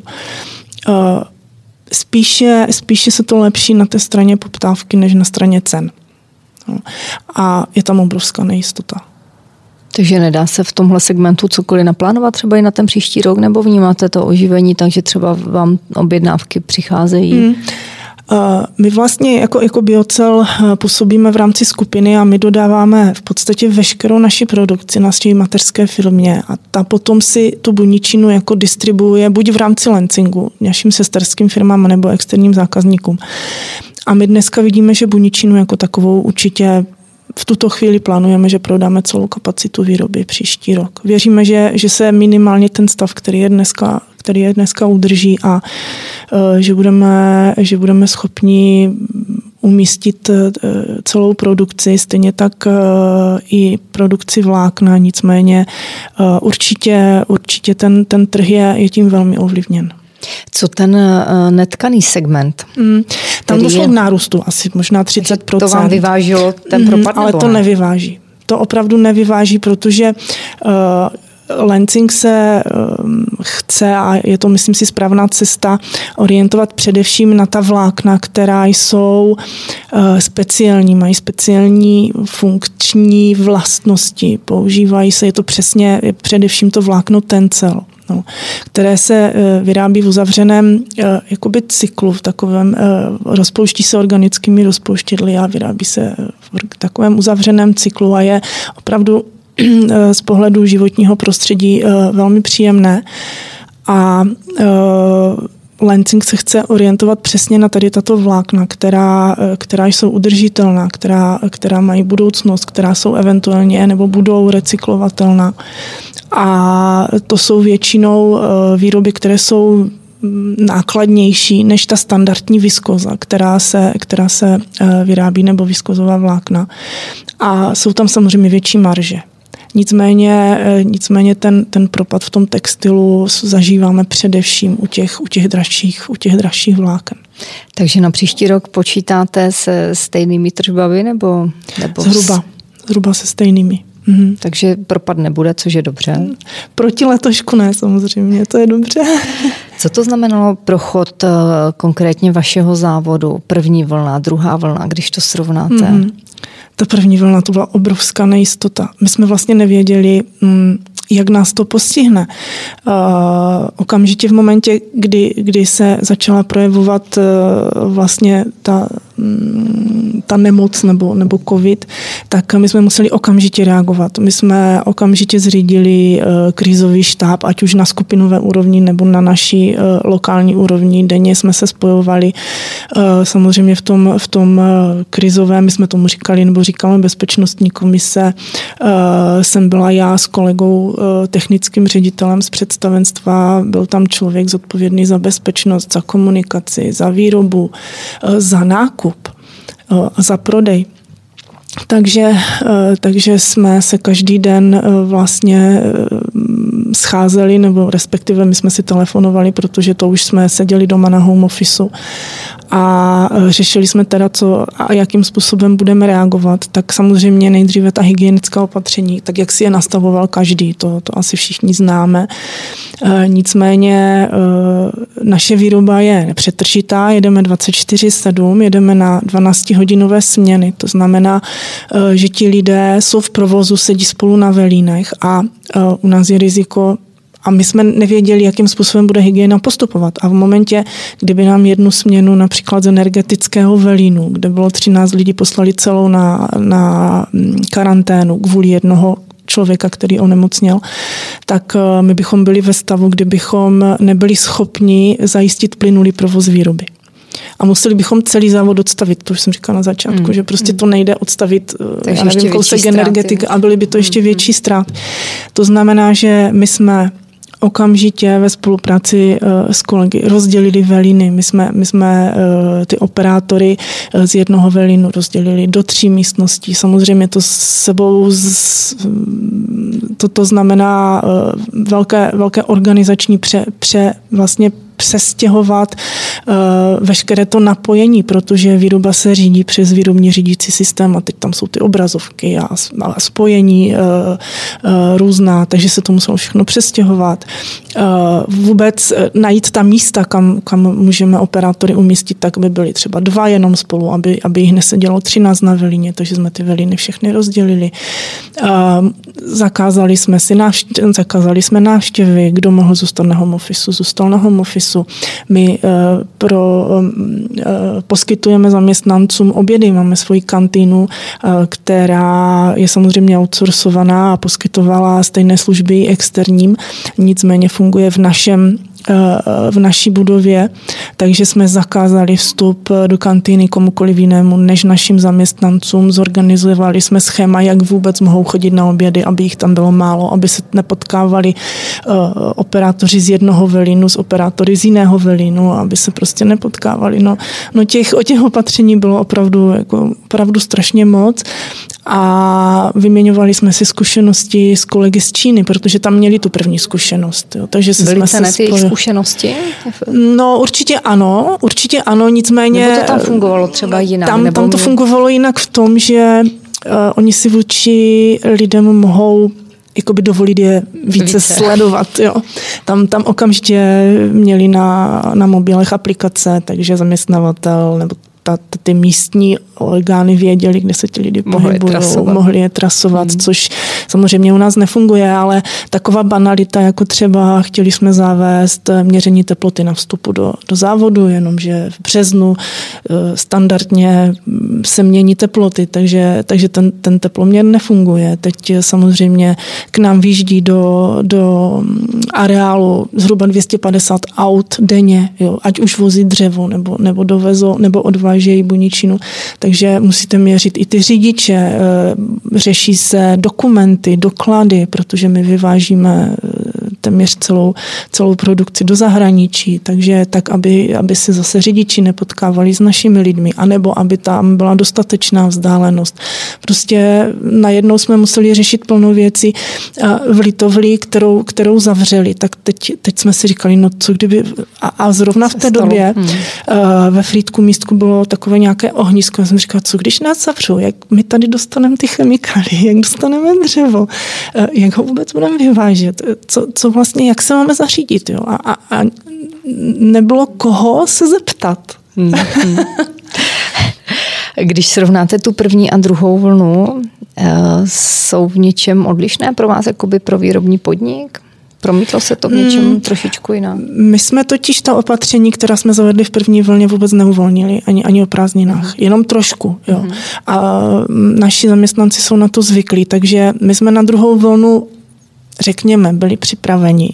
Spíše, spíše se to lepší na té straně poptávky, než na straně cen. No. A je tam obrovská nejistota. Takže nedá se v tomhle segmentu cokoliv naplánovat třeba i na ten příští rok, nebo vnímáte to oživení, takže třeba vám objednávky přicházejí? Hmm. My vlastně jako, jako Biocel působíme v rámci skupiny a my dodáváme v podstatě veškerou naši produkci naší mateřské firmě a ta potom si tu buničinu jako distribuuje buď v rámci Lancingu, našim sesterským firmám nebo externím zákazníkům. A my dneska vidíme, že buničinu jako takovou určitě v tuto chvíli plánujeme, že prodáme celou kapacitu výroby příští rok. Věříme, že, že se minimálně ten stav, který je dneska, který je dneska udrží a uh, že budeme, že budeme schopni umístit uh, celou produkci, stejně tak uh, i produkci vlákna, nicméně uh, určitě, určitě ten, ten trh je, je tím velmi ovlivněn. Co ten uh, netkaný segment? Mm, tam došlo je... k nárůstu asi možná třicet procent. To vám vyvážilo ten propad? Mm, ale to ne? nevyváží. To opravdu nevyváží, protože uh, Lansing se um, chce, a je to, myslím si, správná cesta, orientovat především na ta vlákna, která jsou uh, speciální, mají speciální funkční vlastnosti. Používají se, je to přesně, je především to vlákno tencel. No, které se vyrábí v uzavřeném jakoby cyklu, v takovém, rozpouští se organickými rozpouštědly a vyrábí se v takovém uzavřeném cyklu a je opravdu z pohledu životního prostředí velmi příjemné. A Lansing se chce orientovat přesně na tady tato vlákna, která, která jsou udržitelná, která, která mají budoucnost, která jsou eventuálně nebo budou recyklovatelná. A to jsou většinou výroby, které jsou nákladnější než ta standardní viskoza, která se, která se vyrábí, nebo viskozová vlákna. A jsou tam samozřejmě větší marže. Nicméně, nicméně ten, ten propad v tom textilu zažíváme především u těch, u těch dražších, u těch dražších vláken. Takže na příští rok počítáte se stejnými tržbami nebo? nebo zhruba, zhruba se stejnými. Mhm. Takže propad nebude, což je dobře. Proti letošku ne, samozřejmě, to je dobře. Co to znamenalo prochod konkrétně vašeho závodu? První vlna, druhá vlna, když to srovnáte? Mhm. Ta první vlna, to byla obrovská nejistota. My jsme vlastně nevěděli, jak nás to postihne. Okamžitě v momentě, kdy, kdy se začala projevovat vlastně ta ta nemoc nebo, nebo covid, tak my jsme museli okamžitě reagovat. My jsme okamžitě zřídili krizový štáb, ať už na skupinové úrovni nebo na naší lokální úrovni. Denně jsme se spojovali. Samozřejmě v tom, v tom krizovém, my jsme tomu říkali, nebo říkáme bezpečnostní komise, jsem byla já s kolegou technickým ředitelem z představenstva, byl tam člověk zodpovědný za bezpečnost, za komunikaci, za výrobu, za nákup a za prodej. Takže, takže jsme se každý den vlastně scházeli, nebo respektive my jsme si telefonovali, protože to už jsme seděli doma na home officeu a řešili jsme teda, co a jakým způsobem budeme reagovat. Tak samozřejmě nejdříve ta hygienická opatření, tak jak si je nastavoval každý, to, to asi všichni známe. E, nicméně e, naše výroba je nepřetržitá, jedeme dvacet čtyři sedm, jedeme na dvanáctihodinové směny, to znamená, e, že ti lidé jsou v provozu, sedí spolu na velínech a e, u nás je riziko. A my jsme nevěděli, jakým způsobem bude hygiena postupovat. A v momentě, kdyby nám jednu směnu například z energetického velínu, kde bylo třináct lidí, poslali celou na, na karanténu kvůli jednoho člověka, který onemocněl, tak my bychom byli ve stavu, kdybychom nebyli schopni zajistit plynulý provoz výroby. A museli bychom celý závod odstavit, to už jsem říkala na začátku, mm. že prostě to nejde odstavit, takže já nevím, kousek energetiky a byly by to ještě mm. větší ztrát. To znamená, že my jsme okamžitě ve spolupráci uh, s kolegy rozdělili velíny. My jsme, my jsme uh, ty operátory uh, z jednoho velínu rozdělili do tří místností. Samozřejmě to s sebou z, to, to znamená uh, velké, velké organizační pře, pře vlastně přestěhovat uh, veškeré to napojení, protože výroba se řídí přes výrobní řídící systém a teď tam jsou ty obrazovky a, a spojení uh, uh, různá, takže se to muselo všechno přestěhovat. Uh, vůbec najít ta místa, kam, kam můžeme operátory umístit, tak by byly třeba dva jenom spolu, aby, aby jich nesedělo třináct na velíně, takže jsme ty velíny všechny rozdělili. Uh, zakázali jsme si návštěvy, zakázali jsme návštěvy, kdo mohl zůstat na home office, zůstal na home office. My uh, pro, uh, poskytujeme zaměstnancům obědy, máme svoji kantýnu, uh, která je samozřejmě outsourcovaná a poskytovala stejné služby externím, nicméně funguje v našem v naší budově, takže jsme zakázali vstup do kantýny komukoliv jinému než našim zaměstnancům. Zorganizovali jsme schéma, jak vůbec mohou chodit na obědy, aby jich tam bylo málo, aby se nepotkávali uh, operátoři z jednoho velínu s operátory z jiného velínu, aby se prostě nepotkávali. No, no těch, o těch opatření bylo opravdu, jako, opravdu strašně moc a vyměňovali jsme si zkušenosti s kolegy z Číny, protože tam měli tu první zkušenost. Jo. Takže se Byly jsme se spojili. Zkušenosti? No určitě ano, určitě ano, nicméně... Nebo to tam fungovalo třeba jinak? Tam, nebo tam to mě... fungovalo jinak v tom, že uh, oni si vůči lidem mohou jakoby dovolit je více, více. sledovat. Jo. Tam, tam okamžitě měli na, na mobilech aplikace, takže zaměstnavatel nebo ta, ty místní orgány věděli, kde se ti lidi pohybují, mohli je trasovat, hmm. což samozřejmě u nás nefunguje, ale taková banalita, jako třeba chtěli jsme zavést měření teploty na vstupu do, do závodu, jenomže v březnu standardně se mění teploty, takže, takže ten, ten teploměr nefunguje. Teď samozřejmě k nám výjíždí do, do areálu zhruba dvě stě padesát aut denně, jo, ať už vozí dřevo, nebo, nebo dovezou, nebo odvážejí buničinu, takže musíte měřit i ty řidiče, řeší se dokumenty, doklady, protože my vyvážíme téměř celou, celou produkci do zahraničí, takže tak, aby, aby se zase řidiči nepotkávali s našimi lidmi, anebo aby tam byla dostatečná vzdálenost. Prostě najednou jsme museli řešit plnou věcí v Litovli, kterou, kterou zavřeli, tak teď, teď jsme si říkali, no co kdyby, a, a zrovna v té době hmm. ve Frýdku místku bylo takové nějaké ohnisko, já jsem říkala, co když nás zavřou, jak my tady dostaneme ty chemikálie, jak dostaneme dřevo, jak ho vůbec budeme vyvážet, co, co vlastně, jak se máme zařídit, jo? A, a, a nebylo koho se zeptat. Hmm. Když srovnáte tu první a druhou vlnu, jsou v něčem odlišné pro vás, jakoby pro výrobní podnik? Promítlo se to v něčem hmm. trošičku jinak? My jsme totiž ta opatření, která jsme zavedli v první vlně, vůbec neuvolnili, ani, ani o prázdninách. Hmm. Jenom trošku. Jo. Hmm. A naši zaměstnanci jsou na to zvyklí, takže my jsme na druhou vlnu, řekněme, byli připraveni.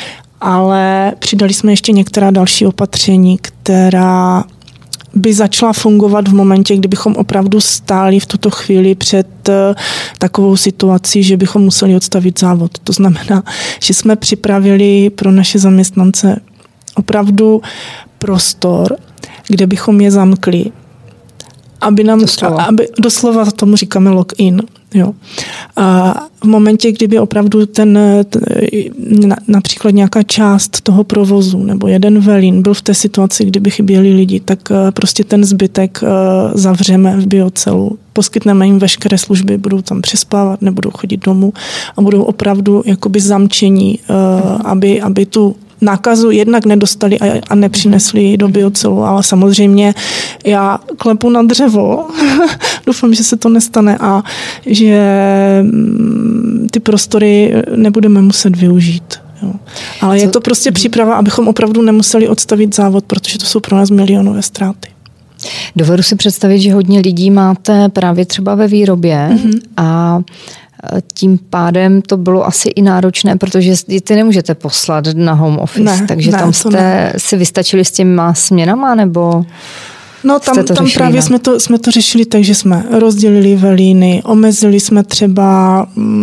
Ale přidali jsme ještě některá další opatření, která by začala fungovat v momentě, kdybychom opravdu stáli v tuto chvíli před takovou situací, že bychom museli odstavit závod. To znamená, že jsme připravili pro naše zaměstnance opravdu prostor, kde bychom je zamkli, aby nám, doslova, aby, doslova tomu říkáme lock-in. Jo. A v momentě, kdyby opravdu ten, ten například nějaká část toho provozu nebo jeden velín byl v té situaci, kdyby chyběli lidi, tak prostě ten zbytek zavřeme v biocelu. Poskytneme jim veškeré služby, budou tam přespávat, nebudou chodit domů a budou opravdu jakoby zamčení, aby, aby tu nákazu jednak nedostali a, a nepřinesli ji do biocelu, ale samozřejmě já klepu na dřevo, doufám, že se to nestane a že ty prostory nebudeme muset využít. Jo. Ale Co? je to prostě příprava, abychom opravdu nemuseli odstavit závod, protože to jsou pro nás milionové ztráty. Dovedu si představit, že hodně lidí máte právě třeba ve výrobě mm-hmm. a tím pádem to bylo asi i náročné, protože ty nemůžete poslat na home office, ne, takže ne, tam jste ne. si vystačili s těma směnama, nebo... No tam, tam právě jsme to, jsme to řešili tak, že jsme rozdělili velíny, omezili jsme třeba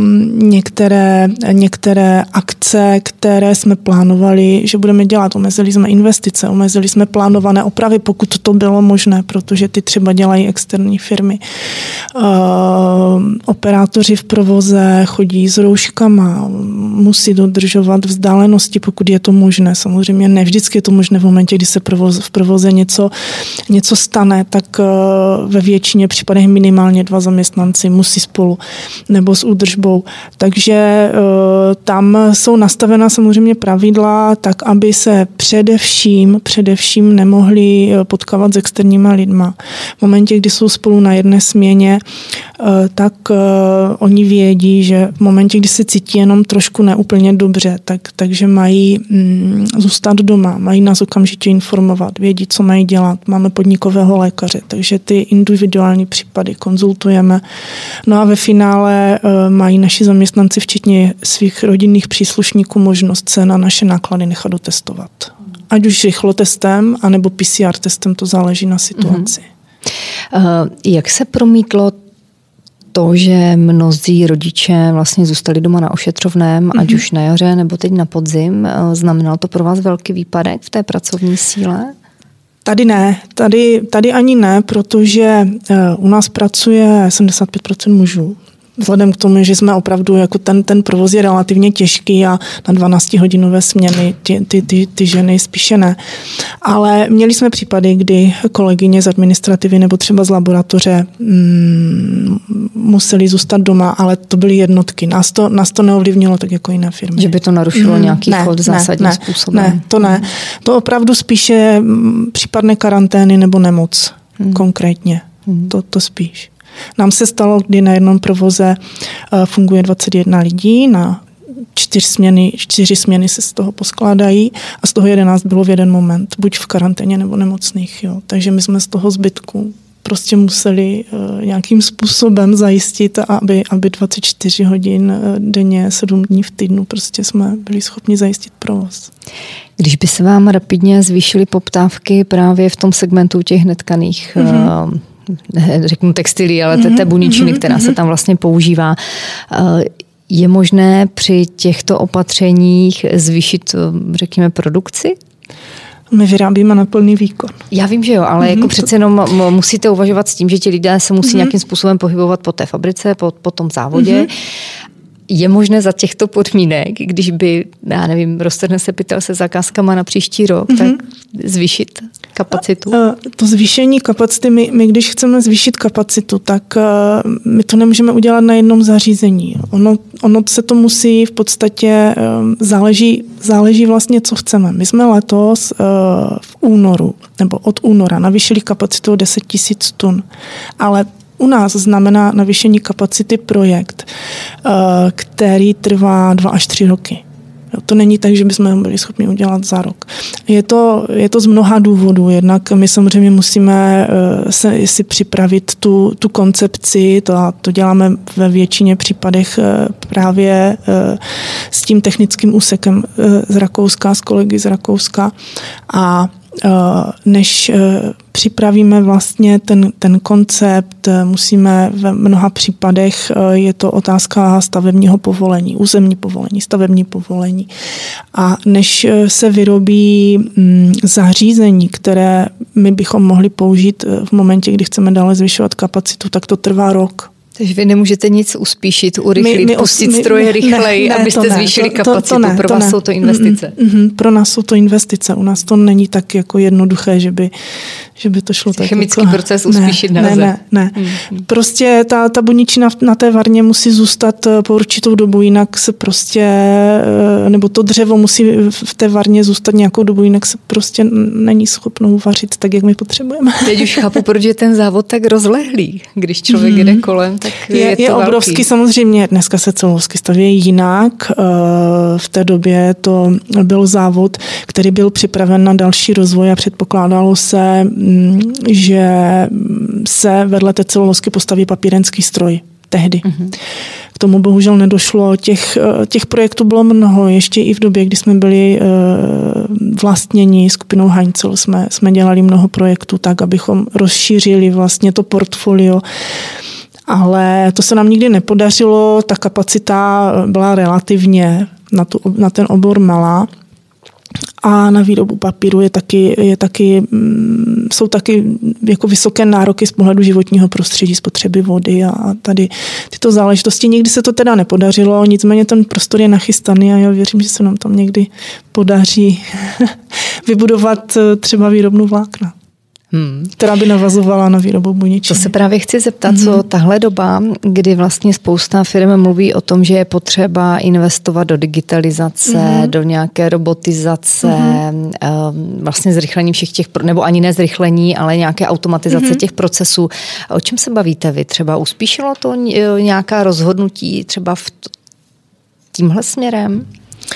některé, některé akce, které jsme plánovali, že budeme dělat. Omezili jsme investice, omezili jsme plánované opravy, pokud to bylo možné, protože ty třeba dělají externí firmy. Uh, operátoři v provoze chodí s rouškama, musí dodržovat vzdálenosti, pokud je to možné. Samozřejmě ne vždycky je to možné v momentě, kdy se provoz, v provoze něco, něco co stane, tak ve většině případech minimálně dva zaměstnanci musí spolu nebo s údržbou. Takže tam jsou nastavena samozřejmě pravidla tak, aby se především, především nemohli potkávat s externíma lidma. V momentě, kdy jsou spolu na jedné směně, tak oni vědí, že v momentě, kdy se cítí jenom trošku neúplně dobře, tak, takže mají mm, zůstat doma, mají nás okamžitě informovat, vědí, co mají dělat. Máme podnikového lékaře, takže ty individuální případy konzultujeme. No a ve finále mají naši zaměstnanci, včetně svých rodinných příslušníků, možnost se na naše náklady nechat dotestovat. Ať už rychlotestem, anebo P C R testem, to záleží na situaci. Mm-hmm. Uh, jak se promítlo to, že mnozí rodiče vlastně zůstali doma na ošetřovném, mm-hmm. ať už na jaře nebo teď na podzim? Znamenalo to pro vás velký výpadek v té pracovní síle? Tady ne, tady, tady ani ne, protože u nás pracuje sedmdesát pět procent mužů. Vzhledem k tomu, že jsme opravdu, jako ten, ten provoz je relativně těžký a na dvanáctihodinové směny ty, ty, ty, ty ženy spíše ne. Ale měli jsme případy, kdy kolegyně z administrativy nebo třeba z laboratoře mm, museli zůstat doma, ale to byly jednotky. Nás to, nás to neovlivnilo tak jako jiné firmy. Že by to narušilo mm, nějaký ne, chod zásadním ne, způsobem? Ne, to ne. To opravdu spíše případné karantény nebo nemoc mm. konkrétně. Mm. To, to spíš. Nám se stalo, kdy na jednom provoze funguje dvacet jedna lidí, na čtyři směny, čtyři směny se z toho poskládají a z toho jedenáct bylo v jeden moment, buď v karanténě nebo nemocných. Jo. Takže my jsme z toho zbytku prostě museli uh, nějakým způsobem zajistit, aby, aby dvacet čtyři hodin denně, sedm dní v týdnu prostě jsme byli schopni zajistit provoz. Když by se vám rapidně zvýšily poptávky právě v tom segmentu těch netkaných mm-hmm. uh, řeknu textilí, ale té, té buničiny, která se tam vlastně používá. Je možné při těchto opatřeních zvýšit, řekněme, produkci? My vyrábíme na plný výkon. Já vím, že jo, ale mm-hmm. jako přece jenom musíte uvažovat s tím, že ti lidé se musí mm-hmm. nějakým způsobem pohybovat po té fabrice, po, po tom závodě. Mm-hmm. Je možné za těchto podmínek, když by, já nevím, roztrhne se pytel se zakázkama na příští rok, mm-hmm. tak zvýšit kapacitu? To zvýšení kapacity, my, my když chceme zvýšit kapacitu, tak my to nemůžeme udělat na jednom zařízení. Ono, ono se to musí v podstatě, záleží, záleží vlastně, co chceme. My jsme letos v únoru, nebo od února navýšili kapacitu o deset tisíc tun, ale u nás znamená navýšení kapacity projekt, který trvá dva až tři roky. To není tak, že bychom ho byli schopni udělat za rok. Je to, je to z mnoha důvodů. Jednak my samozřejmě musíme se, si připravit tu, tu koncepci, to, to děláme ve většině případech právě s tím technickým úsekem z Rakouska, s kolegy z Rakouska. A než připravíme vlastně ten, ten koncept, musíme v mnoha případech, je to otázka stavebního povolení, územní povolení, stavební povolení. A než se vyrobí zařízení, které my bychom mohli použít v momentě, kdy chceme dále zvyšovat kapacitu, tak to trvá rok. Takže vy nemůžete nic uspíšit, urychlit, my, my, pustit my, stroje rychleji, ne, ne, abyste ne, zvýšili to, kapacitu. To, to ne, pro vás to jsou to investice. Mm, mm, pro nás jsou to investice. U nás to není tak jako jednoduché, že by, že by to šlo tak. Chemický jako, proces uspíšit ne, nelze. Ne, ne, ne. Mm. Prostě ta, ta buničina na té varně musí zůstat po určitou dobu, jinak se prostě, nebo to dřevo musí v té varně zůstat nějakou dobu, jinak se prostě není schopno uvařit tak, jak my potřebujeme. Teď už chápu, proč je ten závod tak rozlehlý, když člověk mm. jde kolem. Tak je, je, je obrovský, velký. Samozřejmě dneska se Celovsky staví jinak. V té době to byl závod, který byl připraven na další rozvoj a předpokládalo se, že se vedle té Celovsky postaví papírenský stroj tehdy. Mm-hmm. K tomu bohužel nedošlo. Těch, těch projektů bylo mnoho. Ještě i v době, kdy jsme byli vlastněni skupinou Heinzel, jsme, jsme dělali mnoho projektů tak, abychom rozšířili vlastně to portfolio. Ale to se nám nikdy nepodařilo, ta kapacita byla relativně na, tu, na ten obor malá a na výrobu papíru je taky, je taky, jsou taky jako vysoké nároky z pohledu životního prostředí, spotřeby vody a tady tyto záležitosti. Nikdy se to teda nepodařilo, nicméně ten prostor je nachystaný a já věřím, že se nám tam někdy podaří vybudovat třeba výrobnu vlákna. Hmm. Která by navazovala na výrobu buničiny. To se právě chci zeptat, co tahle doba, kdy vlastně spousta firm mluví o tom, že je potřeba investovat do digitalizace, mm-hmm. do nějaké robotizace, mm-hmm. vlastně zrychlení všech těch, nebo ani ne zrychlení, ale nějaké automatizace mm-hmm. těch procesů. O čem se bavíte vy? Třeba uspíšilo to nějaká rozhodnutí třeba v tímhle směrem?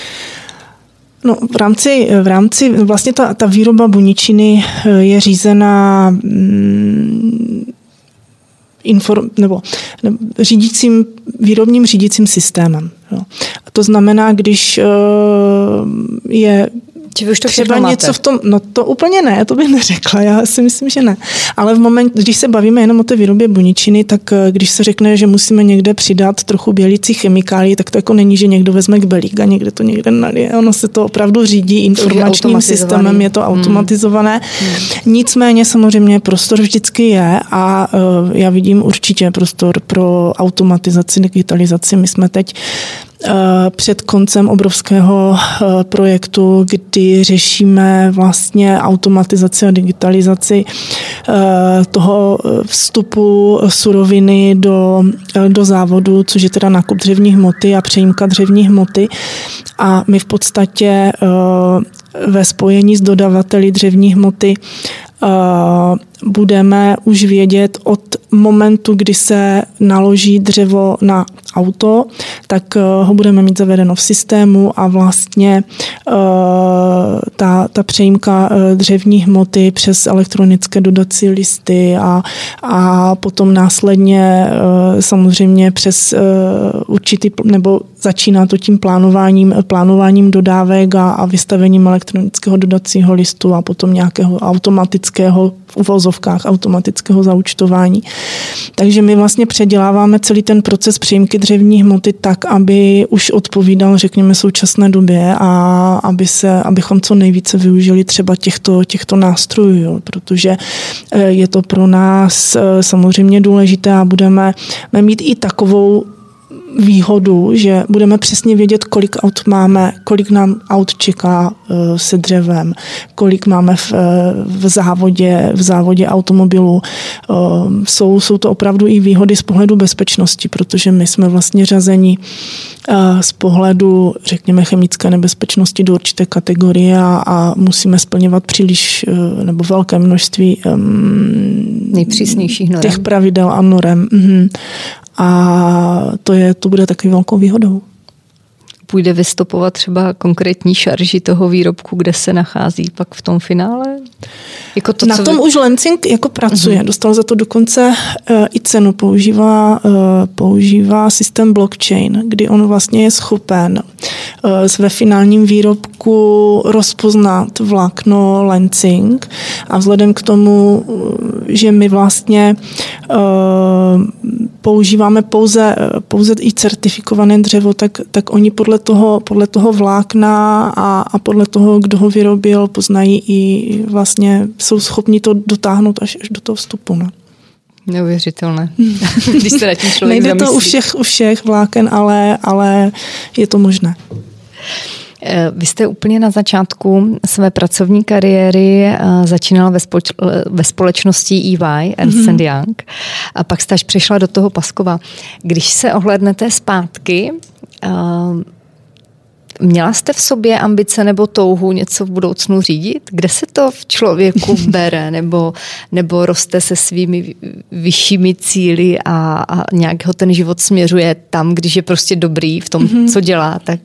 No, v rámci, v rámci vlastně ta, ta výroba buničiny je řízená mm, inform, nebo, nebo řídícím, výrobním řídícím systémem. Jo. A to znamená, když uh, je už to třeba něco v tom, no to úplně ne, to bych neřekla, já si myslím, že ne. Ale v momentě, když se bavíme jenom o té výrobě buničiny, tak když se řekne, že musíme někde přidat trochu bělící chemikálí, tak to jako není, že někdo vezme kbelík a někde to někde nalije. Ono se to opravdu řídí informačním systémem, je to automatizované. Hmm. Nicméně samozřejmě prostor vždycky je a uh, já vidím určitě prostor pro automatizaci, digitalizaci. My jsme teď před koncem obrovského projektu, kdy řešíme vlastně automatizaci a digitalizaci toho vstupu suroviny do, do závodu, což je teda nákup dřevní hmoty a přejímka dřevní hmoty. A my v podstatě ve spojení s dodavateli dřevní hmoty budeme už vědět od momentu, kdy se naloží dřevo na auto, tak ho budeme mít zavedeno v systému a vlastně ta, ta přejímka dřevní hmoty přes elektronické dodací listy a, a potom následně samozřejmě přes určitý, nebo začíná to tím plánováním, plánováním dodávek a, a vystavením elektronického dodacího listu a potom nějakého automatického v uvozovkách automatického zaúčtování. Takže my vlastně předěláváme celý ten proces přejímky dřevní hmoty tak, aby už odpovídal, řekněme, současné době a aby se, abychom co nejvíce využili třeba těchto, těchto nástrojů, jo, protože je to pro nás samozřejmě důležité a budeme mít i takovou výhodu, že budeme přesně vědět, kolik aut máme, kolik nám aut čeká se dřevem, kolik máme v, v závodě, v závodě automobilů. Jsou, jsou to opravdu i výhody z pohledu bezpečnosti, protože my jsme vlastně řazeni z pohledu, řekněme, chemické nebezpečnosti do určité kategorie a, a musíme splňovat příliš nebo velké množství nejpřísnějších norem. Těch pravidel a norem. Mhm. A to, je, to bude takový velkou výhodou. půjde vystopovat třeba konkrétní šarži toho výrobku, kde se nachází pak v tom finále? Jako to, Na co tom vy... už Lenzing jako pracuje. Uh-huh. Dostal za to dokonce uh, i cenu. Používá, uh, používá systém blockchain, kdy on vlastně je schopen uh, ve finálním výrobku rozpoznat vlákno Lenzing a vzhledem k tomu, uh, že my vlastně uh, používáme pouze, pouze i certifikované dřevo, tak, tak oni podle toho, podle toho vlákna a, a podle toho, kdo ho vyrobil, poznají i vlastně jsou schopni to dotáhnout až, až do toho vstupu. No. Neuvěřitelné. Když se na tím člověk Nejde zamyslí. to u všech, u všech vláken, ale, ale je to možné. Vy jste úplně na začátku své pracovní kariéry začínala ve, společ, ve společnosti E Y, Ernst mm-hmm. and Young, a pak jste až přišla do toho Paskova. Když se ohlédnete zpátky, měla jste v sobě ambice nebo touhu něco v budoucnu řídit? Kde se to v člověku bere? Nebo, nebo roste se svými vyššími cíli a, a nějak ho ten život směřuje tam, když je prostě dobrý v tom, mm-hmm. co dělá, tak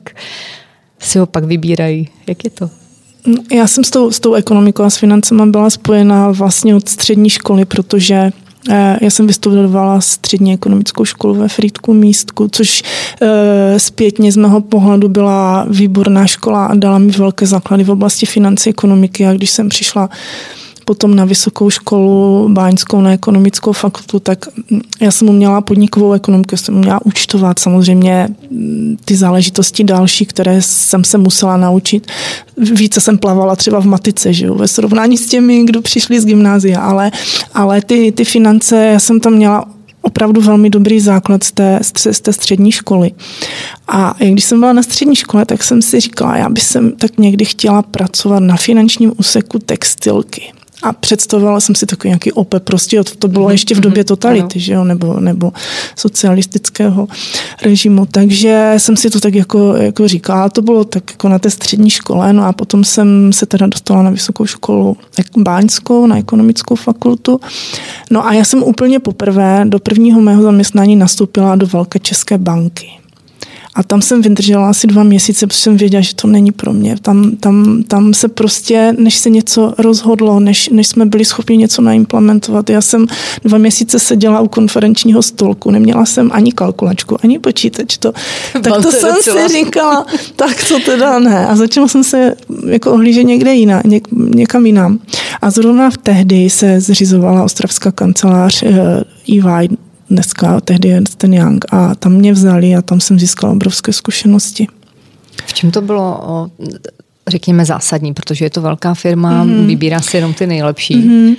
si ho pak vybírají. Jak je to? Já jsem s tou, s tou ekonomikou a s financema byla spojená vlastně od střední školy, protože já jsem vystudovala střední ekonomickou školu ve Frýdku Místku, což e, zpětně z mého pohledu byla výborná škola a dala mi velké základy v oblasti financí ekonomiky. A když jsem přišla potom na vysokou školu báňskou na ekonomickou fakultu, tak já jsem uměla podnikovou ekonomiku, já jsem uměla účtovat samozřejmě ty záležitosti další, které jsem se musela naučit. Více jsem plavala třeba v matice, že jo, ve srovnání s těmi, kdo přišli z gymnázia, ale, ale ty, ty finance, já jsem tam měla opravdu velmi dobrý základ z té, z té střední školy. A když jsem byla na střední škole, tak jsem si říkala, já bych jsem tak někdy chtěla pracovat na finančním úseku textilky. A představovala jsem si takový nějaký O P E, prostě to bylo ještě v době totality, že jo, nebo, nebo socialistického režimu, takže jsem si to tak jako, jako říkala, to bylo tak jako na té střední škole, no a potom jsem se teda dostala na vysokou školu báňskou, na ekonomickou fakultu, no a já jsem úplně poprvé do prvního mého zaměstnání nastoupila do velké české banky. A tam jsem vydržela asi dva měsíce, protože jsem věděla, že to není pro mě. Tam, tam, tam se prostě, než se něco rozhodlo, než, než jsme byli schopni něco naimplementovat. Já jsem dva měsíce seděla u konferenčního stolku, neměla jsem ani kalkulačku, ani počítač. To, tak to jsem docela. si říkala, tak to teda ne. A začala jsem se jako ohlížet někde jiná, něk, někam jinam. A zrovna v tehdy se zřizovala ostravská kancelář E Y, dneska, tehdy Ernst and Young, a tam mě vzali a tam jsem získala obrovské zkušenosti. V čem to bylo, řekněme, zásadní, protože je to velká firma, mm-hmm. vybírá si jenom ty nejlepší. Mm-hmm.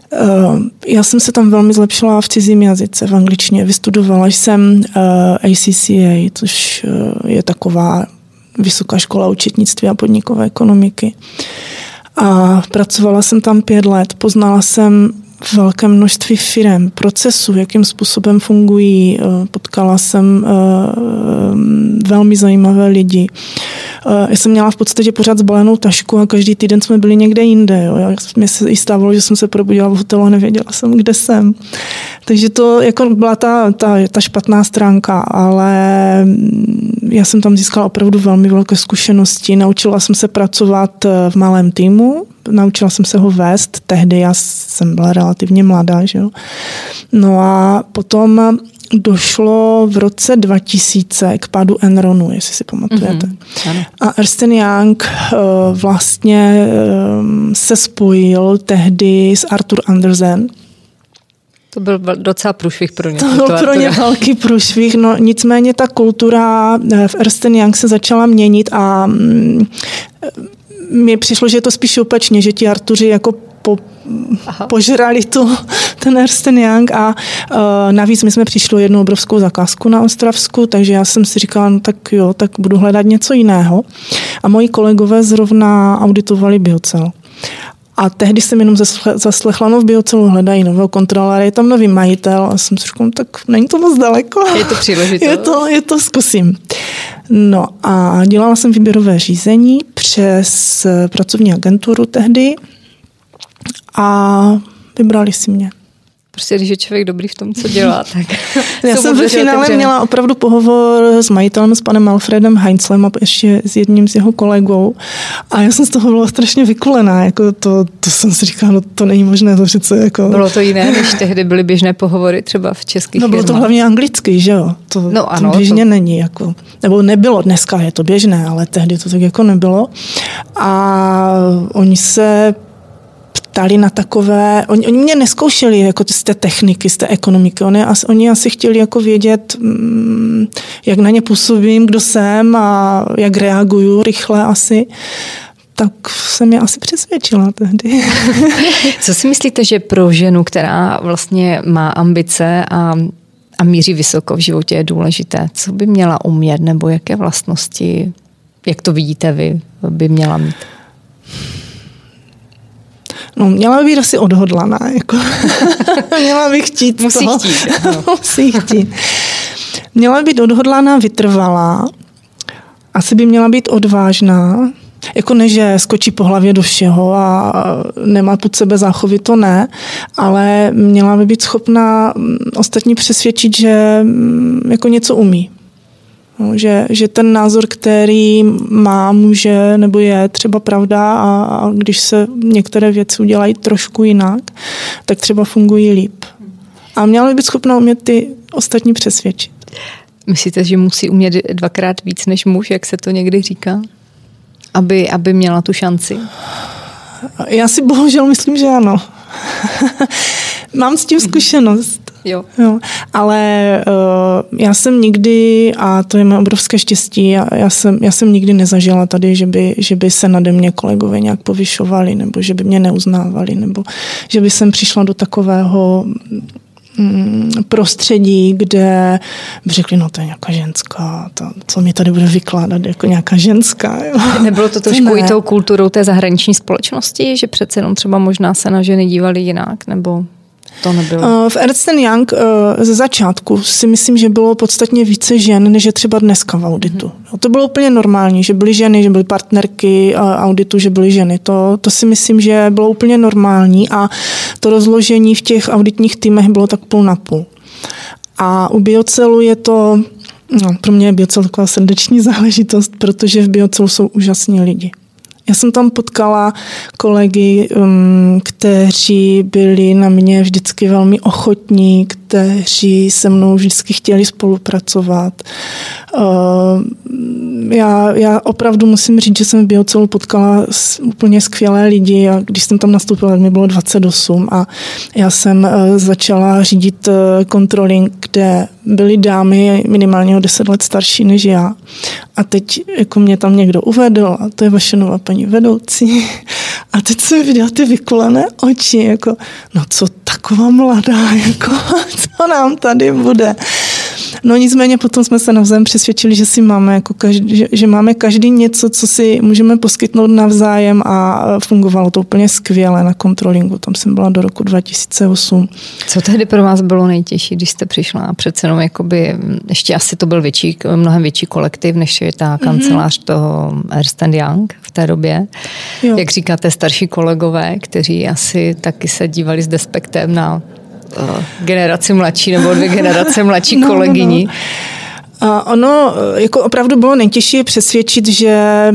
Já jsem se tam velmi zlepšila v cizím jazyce, v angličtině. Vystudovala jsem A C C A, což je taková vysoká škola účetnictví a podnikové ekonomiky. A pracovala jsem tam pět let, poznala jsem velké množství firem, procesů, jakým způsobem fungují. Potkala jsem velmi zajímavé lidi. Já jsem měla v podstatě pořád zbalenou tašku a každý týden jsme byli někde jinde. Jo. Mně se i stávalo, že jsem se probudila v hotelu a nevěděla jsem, kde jsem. Takže to jako byla ta, ta, ta špatná stránka, ale já jsem tam získala opravdu velmi velké zkušenosti. Naučila jsem se pracovat v malém týmu, naučila jsem se ho vést, tehdy já jsem byla relativně mladá, že jo. No a potom došlo v roce dva tisíce k pádu Enronu, jestli si pamatujete. Mm-hmm. A Ernst and Young uh, vlastně um, se spojil tehdy s Arthur Andersen. To byl docela průšvih pro ně. To byl pro ně velký průšvih, no nicméně ta kultura v Ernst and Young se začala měnit a mm, mně přišlo, že je to spíš opačně, že ti Artuři jako po, požrali tu, ten Ernst and Young a uh, navíc my jsme přišli o jednu obrovskou zakázku na Ostravsku, takže já jsem si říkala, no tak jo, tak budu hledat něco jiného. A moji kolegové zrovna auditovali Biocel. A tehdy jsem jenom zaslechla, no v Biocelu hledají nového kontrolora, je tam nový majitel a jsem si říkala, tak není to moc daleko. Je to příležitost. Je to, je to zkusím. No a dělala jsem výběrové řízení přes pracovní agenturu tehdy a vybrali si mě. Prostě když je člověk dobrý v tom, co dělá, tak... Já jsem ve finále měla opravdu pohovor s majitelem, s panem Alfredem Heinzlem a ještě s jedním z jeho kolegou a já jsem z toho byla strašně vykulená, jako to, to jsem si říkala, no to není možné, to přece jako... Bylo to jiné, než tehdy byly běžné pohovory třeba v českých No bylo firmách. to hlavně anglicky, že jo? To, no, ano, to běžně to... není, jako, nebo nebylo, dneska je to běžné, ale tehdy to tak jako nebylo a oni se ptali na takové, oni, oni mě neskoušeli jako z té techniky, z té ekonomiky, oni, oni asi chtěli jako vědět, jak na ně působím, kdo jsem a jak reaguju rychle asi. Tak jsem je asi přesvědčila tehdy. Co si myslíte, že pro ženu, která vlastně má ambice a, a míří vysoko v životě, je důležité? Co by měla umět nebo jaké vlastnosti, jak to vidíte vy, by měla mít? No, měla by být asi odhodlaná. Jako. Měla by chtít Musí toho. chtít. Musí chtít. Měla by být odhodlaná, vytrvalá. Asi by měla být odvážná. Jako ne, že skočí po hlavě do všeho a nemá pod sebe záchovy, to ne. Ale měla by být schopná ostatní přesvědčit, že jako něco umí. No, že, že ten názor, který má, může nebo je třeba pravda a, a když se některé věci udělají trošku jinak, tak třeba fungují líp. A měla by být schopná umět ty ostatní přesvědčit. Myslíte, že musí umět dvakrát víc než muž, jak se to někdy říká? Aby, aby měla tu šanci? Já si bohužel myslím, že ano. Mám s tím zkušenost. Jo. Jo. Ale uh, já jsem nikdy, a to je mé obrovské štěstí, já, já, jsem, já jsem nikdy nezažila tady, že by, že by se nade mě kolegové nějak povyšovali, nebo že by mě neuznávali, nebo že by jsem přišla do takového mm, prostředí, kde by řekli, no to je nějaká ženská, to, co mi tady bude vykládat jako nějaká ženská. Jo. Nebylo to trošku i tou kulturou té zahraniční společnosti, že přece jenom třeba možná se na ženy dívali jinak, nebo... To nebylo. V Ernst and Young ze začátku si myslím, že bylo podstatně více žen, než je třeba dneska v auditu. Mm-hmm. To bylo úplně normální, že byly ženy, že byly partnerky auditu, že byly ženy. To, to si myslím, že bylo úplně normální a to rozložení v těch auditních týmech bylo tak půl na půl. A u Biocelu je to, no, pro mě je Biocel taková srdeční záležitost, protože v Biocelu jsou úžasní lidi. Já jsem tam potkala kolegy, um, kteří byli na mě vždycky velmi ochotní, kteří se mnou vždycky chtěli spolupracovat. Uh, já, já opravdu musím říct, že jsem v Biocelu potkala úplně skvělé lidi a když jsem tam nastoupila, mi bylo dvacet osm a já jsem uh, začala řídit uh, controlling, kde byly dámy minimálně o deset let starší než já. A teď jako mě tam někdo uvedl a to je vaše nová paní vedoucí. A teď jsem viděla ty vykulené oči, jako, no co taková mladá, jako, co nám tady bude. No nicméně potom jsme se navzájem přesvědčili, že si máme jako každý, že, že máme každý něco, co si můžeme poskytnout navzájem a fungovalo to úplně skvěle na controllingu. Tam jsem byla do roku dva tisíce osm. Co tehdy pro vás bylo nejtěžší, když jste přišla a přece jenom jakoby, ještě asi to byl větší, mnohem větší kolektiv, než je ta kancelář mm-hmm. toho Ernst and Young v té době. Jo. Jak říkáte, starší kolegové, kteří asi taky se dívali s despektem na generaci mladší nebo dvě generace mladší no, kolegyni. No, no. A ono jako opravdu bylo nejtěžší je přesvědčit, že,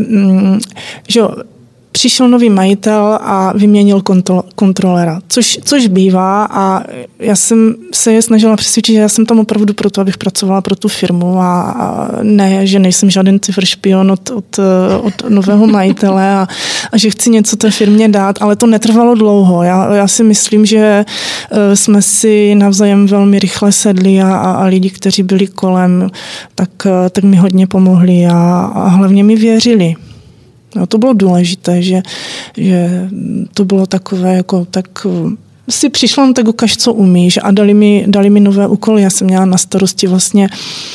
že přišel nový majitel a vyměnil kontrol, kontrolera, což, což bývá a já jsem se je snažila přesvědčit, že já jsem tam opravdu proto, abych pracovala pro tu firmu a, a ne, že nejsem žádný cyfršpion od, od, od nového majitele a, a že chci něco té firmě dát, ale to netrvalo dlouho. Já, já si myslím, že jsme si navzájem velmi rychle sedli a, a, a lidi, kteří byli kolem, tak, tak mi hodně pomohli a, a hlavně mi věřili. No, to bylo důležité, že, že to bylo takové, jako tak si přišla, no tak ukaž, co umíš a dali mi, dali mi nové úkoly. Já jsem měla na starosti vlastně,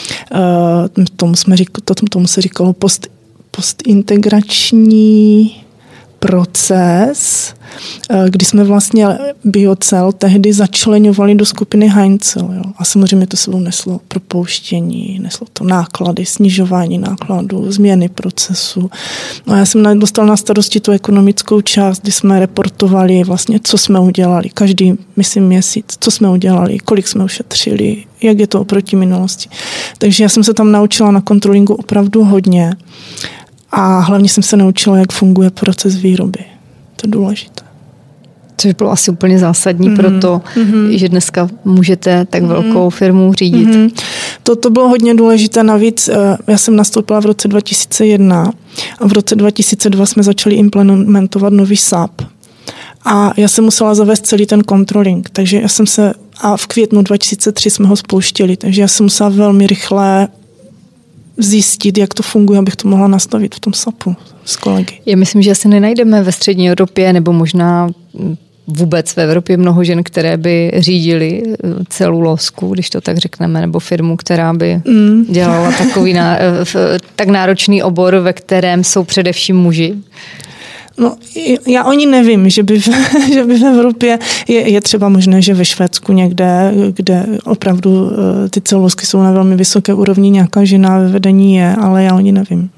uh, tomu, jsme řík, tomu se říkalo post, postintegrační proces, kdy jsme vlastně biocel tehdy začleňovali do skupiny Heinzel. Jo. A samozřejmě to sebou neslo propouštění, neslo to náklady, snižování nákladů, změny procesu. No a já jsem dostal na starosti tu ekonomickou část, kdy jsme reportovali vlastně, co jsme udělali. Každý, myslím, měsíc, co jsme udělali, kolik jsme ušetřili, jak je to oproti minulosti. Takže já jsem se tam naučila na kontrolingu opravdu hodně. A hlavně jsem se naučila, jak funguje proces výroby. To je důležité. Což bylo asi úplně zásadní mm-hmm. pro to, mm-hmm. že dneska můžete tak velkou firmu řídit. Mm-hmm. To, to bylo hodně důležité. Navíc já jsem nastoupila v roce dva tisíce jedna a v roce dva tisíce dva jsme začali implementovat nový S A P. A já jsem musela zavést celý ten controlling. Takže já jsem se, a v květnu dva tisíce tři jsme ho spouštěli, takže já jsem musela velmi rychle zjistit, jak to funguje, abych to mohla nastavit v tom S A P u s kolegy. Já myslím, že asi nenajdeme ve střední Evropě nebo možná vůbec v Evropě mnoho žen, které by řídily celulózku, když to tak řekneme, nebo firmu, která by mm. dělala takový ná, tak náročný obor, ve kterém jsou především muži. No, já o ní nevím, že by, v, že by v Evropě, je, je třeba možné, že ve Švédsku někde, kde opravdu ty celulózky jsou na velmi vysoké úrovni, nějaká žena ve vedení je, ale já o ní nevím.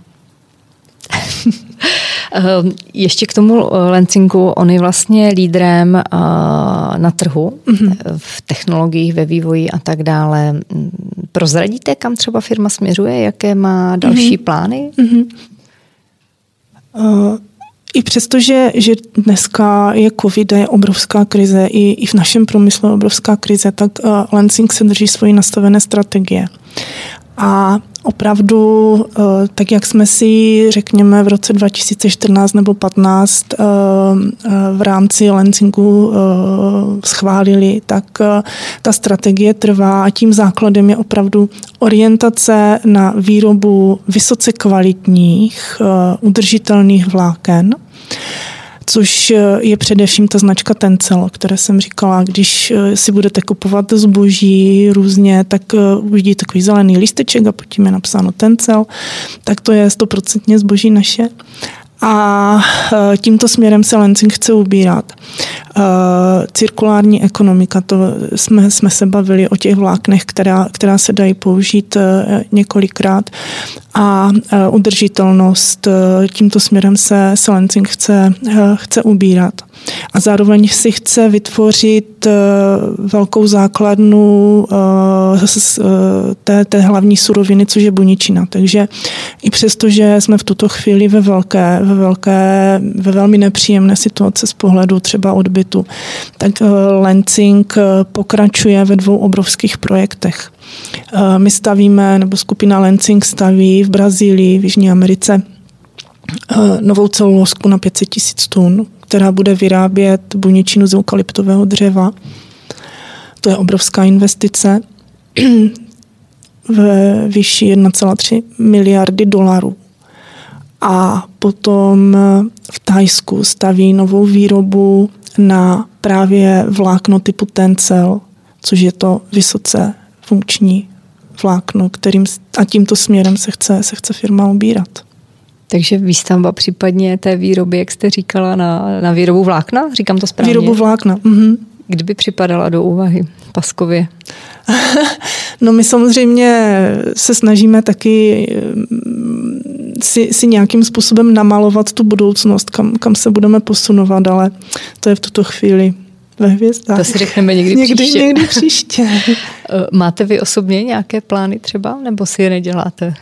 Ještě k tomu Lencingu, on je vlastně lídrem na trhu, mm-hmm. v technologiích, ve vývoji a tak dále. Prozradíte, kam třeba firma směřuje? Jaké má další mm-hmm. plány? Mm-hmm. Uh, I přesto, že, že dneska je covid, je obrovská krize, i, i v našem průmyslu je obrovská krize, tak uh, Lenzing se drží svojí nastavené strategie. A opravdu, tak jak jsme si, řekněme, v roce dva tisíce čtrnáct nebo patnáct v rámci Lenzingu schválili, tak ta strategie trvá a tím základem je opravdu orientace na výrobu vysoce kvalitních, udržitelných vláken, což je především ta značka Tencel, o které jsem říkala, když si budete kupovat zboží různě, tak uvidíte takový zelený lísteček a pod tím je napsáno Tencel, tak to je stoprocentně zboží naše. A tímto směrem se Lenzing chce ubírat. Cirkulární ekonomika, to jsme, jsme se bavili o těch vláknech, která, která se dají použít několikrát. A udržitelnost, tímto směrem se, se Lenzing chce, chce ubírat. A zároveň si chce vytvořit velkou základnu té, té hlavní suroviny, což je buničina. Takže i přesto, že jsme v tuto chvíli ve velké, ve velké, ve velmi nepříjemné situaci z pohledu třeba odbytu, tak Lenzing pokračuje ve dvou obrovských projektech. My stavíme, nebo skupina Lenzing staví v Brazílii, v Jižní Americe, novou celulózku na pět set tisíc tun, která bude vyrábět buničinu z eukalyptového dřeva. To je obrovská investice ve výši jedna celá tři miliardy dolarů. A potom v Thajsku staví novou výrobu na právě vlákno typu Tencel, což je to vysoce funkční vlákno, kterým a tímto směrem se chce, se chce firma ubírat. Takže výstavba případně té výroby, jak jste říkala, na, na výrobu vlákna? Říkám to správně? Výrobu vlákna. Mhm. Kdyby připadala do úvahy paskově? No my samozřejmě se snažíme taky si, si nějakým způsobem namalovat tu budoucnost, kam, kam se budeme posunovat, ale to je v tuto chvíli ve hvězdách. To si řekneme někdy, někdy příště. Někdy příště. Máte vy osobně nějaké plány třeba, nebo si je neděláte?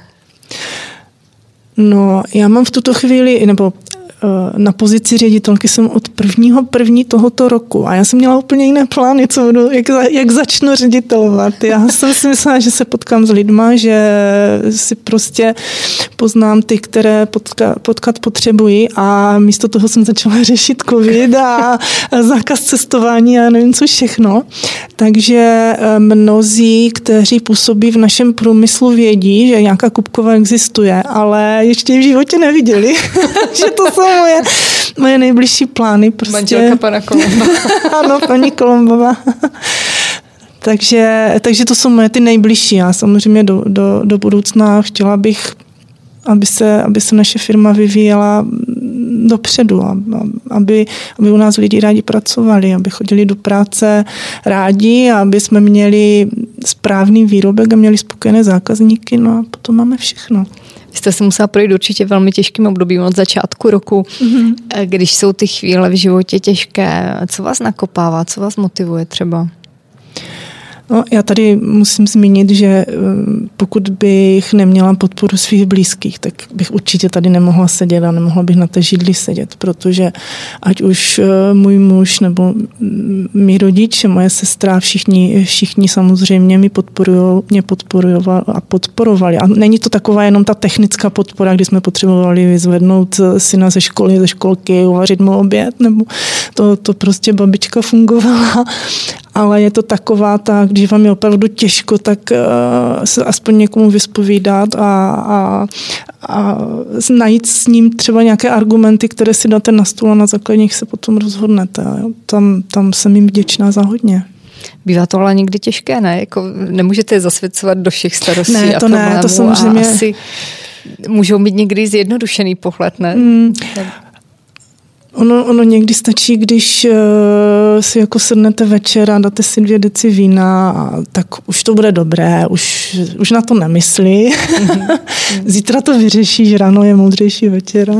No, já mám v tuto chvíli, nebo na pozici ředitelky jsem od prvního první tohoto roku a já jsem měla úplně jiné plány, co budu, jak, jak začnu ředitelovat. Já jsem si myslela, že se potkám s lidma, že si prostě poznám ty, které potka, potkat potřebuji a místo toho jsem začala řešit covid a zákaz cestování a nevím co všechno. Takže mnozí, kteří působí v našem průmyslu, vědí, že nějaká Kupková existuje, ale ještě ji v životě neviděli, že to jsou moje, moje nejbližší plány. Prostě. Manželka pana Kolomba. Ano, paní Kolombová. takže, takže to jsou moje ty nejbližší. Já samozřejmě do, do, do budoucna chtěla bych, aby se, aby se naše firma vyvíjela dopředu, aby, aby u nás lidi rádi pracovali, aby chodili do práce rádi a aby jsme měli správný výrobek a měli spokojené zákazníky, no a potom máme všechno. Vy jste se musela projít určitě velmi těžkým obdobím od začátku roku, mm-hmm. když jsou ty chvíle v životě těžké. Co vás nakopává, co vás motivuje třeba? No, já tady musím zmínit, že pokud bych neměla podporu svých blízkých, tak bych určitě tady nemohla sedět a nemohla bych na té židli sedět, protože ať už můj muž nebo mý rodiče, moje sestra, všichni, všichni samozřejmě mi podporují, mě podporovali a podporovali. A není to taková jenom ta technická podpora, kdy jsme potřebovali vyzvednout syna ze školy, ze školky, uvařit mu oběd, nebo to, to prostě babička fungovala. Ale je to taková ta, když vám je opravdu těžko, tak uh, se aspoň někomu vyspovídat a, a, a najít s ním třeba nějaké argumenty, které si dáte na stůl a na základě nich se potom rozhodnete. Tam, tam jsem jim vděčná za hodně. Bývá to ale někdy těžké, ne? Jako nemůžete je zasvěcovat do všech starostí ne, a to problémů ne, to samozřejmě... a asi můžou mít někdy zjednodušený pohled, ne? Mm. Ono, ono někdy stačí, když uh, si jako sednete večer a dáte si dvě deci vína, a tak už to bude dobré, už, už na to nemyslí. Mm-hmm. Zítra to vyřešíš, ráno je moudřejší večer.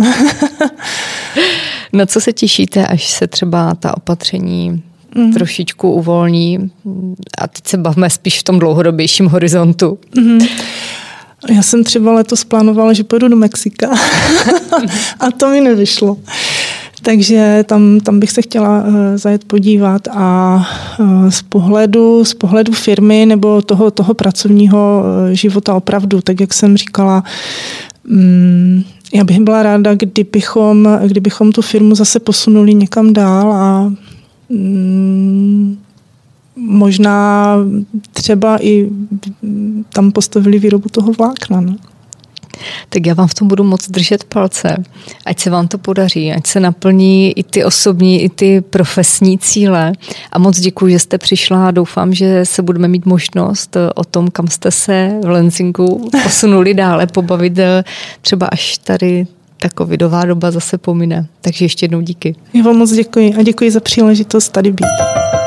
Na co se těšíte, až se třeba ta opatření mm. trošičku uvolní? A teď se bavíme spíš v tom dlouhodobějším horizontu. Mm. Já jsem třeba letos plánovala, že pojedu do Mexika a to mi nevyšlo. Takže tam, tam bych se chtěla uh, zajet podívat a uh, z pohledu, z pohledu firmy nebo toho, toho pracovního uh, života opravdu, tak jak jsem říkala, um, já bych byla ráda, kdybychom, kdybychom tu firmu zase posunuli někam dál a um, možná třeba i tam postavili výrobu toho vlákna. No. Tak já vám v tom budu moc držet palce. Ať se vám to podaří, ať se naplní i ty osobní, i ty profesní cíle. A moc děkuji, že jste přišla a doufám, že se budeme mít možnost o tom, kam jste se v Lansinku posunuli dále, pobavit třeba až tady ta covidová doba zase pomine. Takže ještě jednou díky. Já vám moc děkuji a děkuji za příležitost tady být.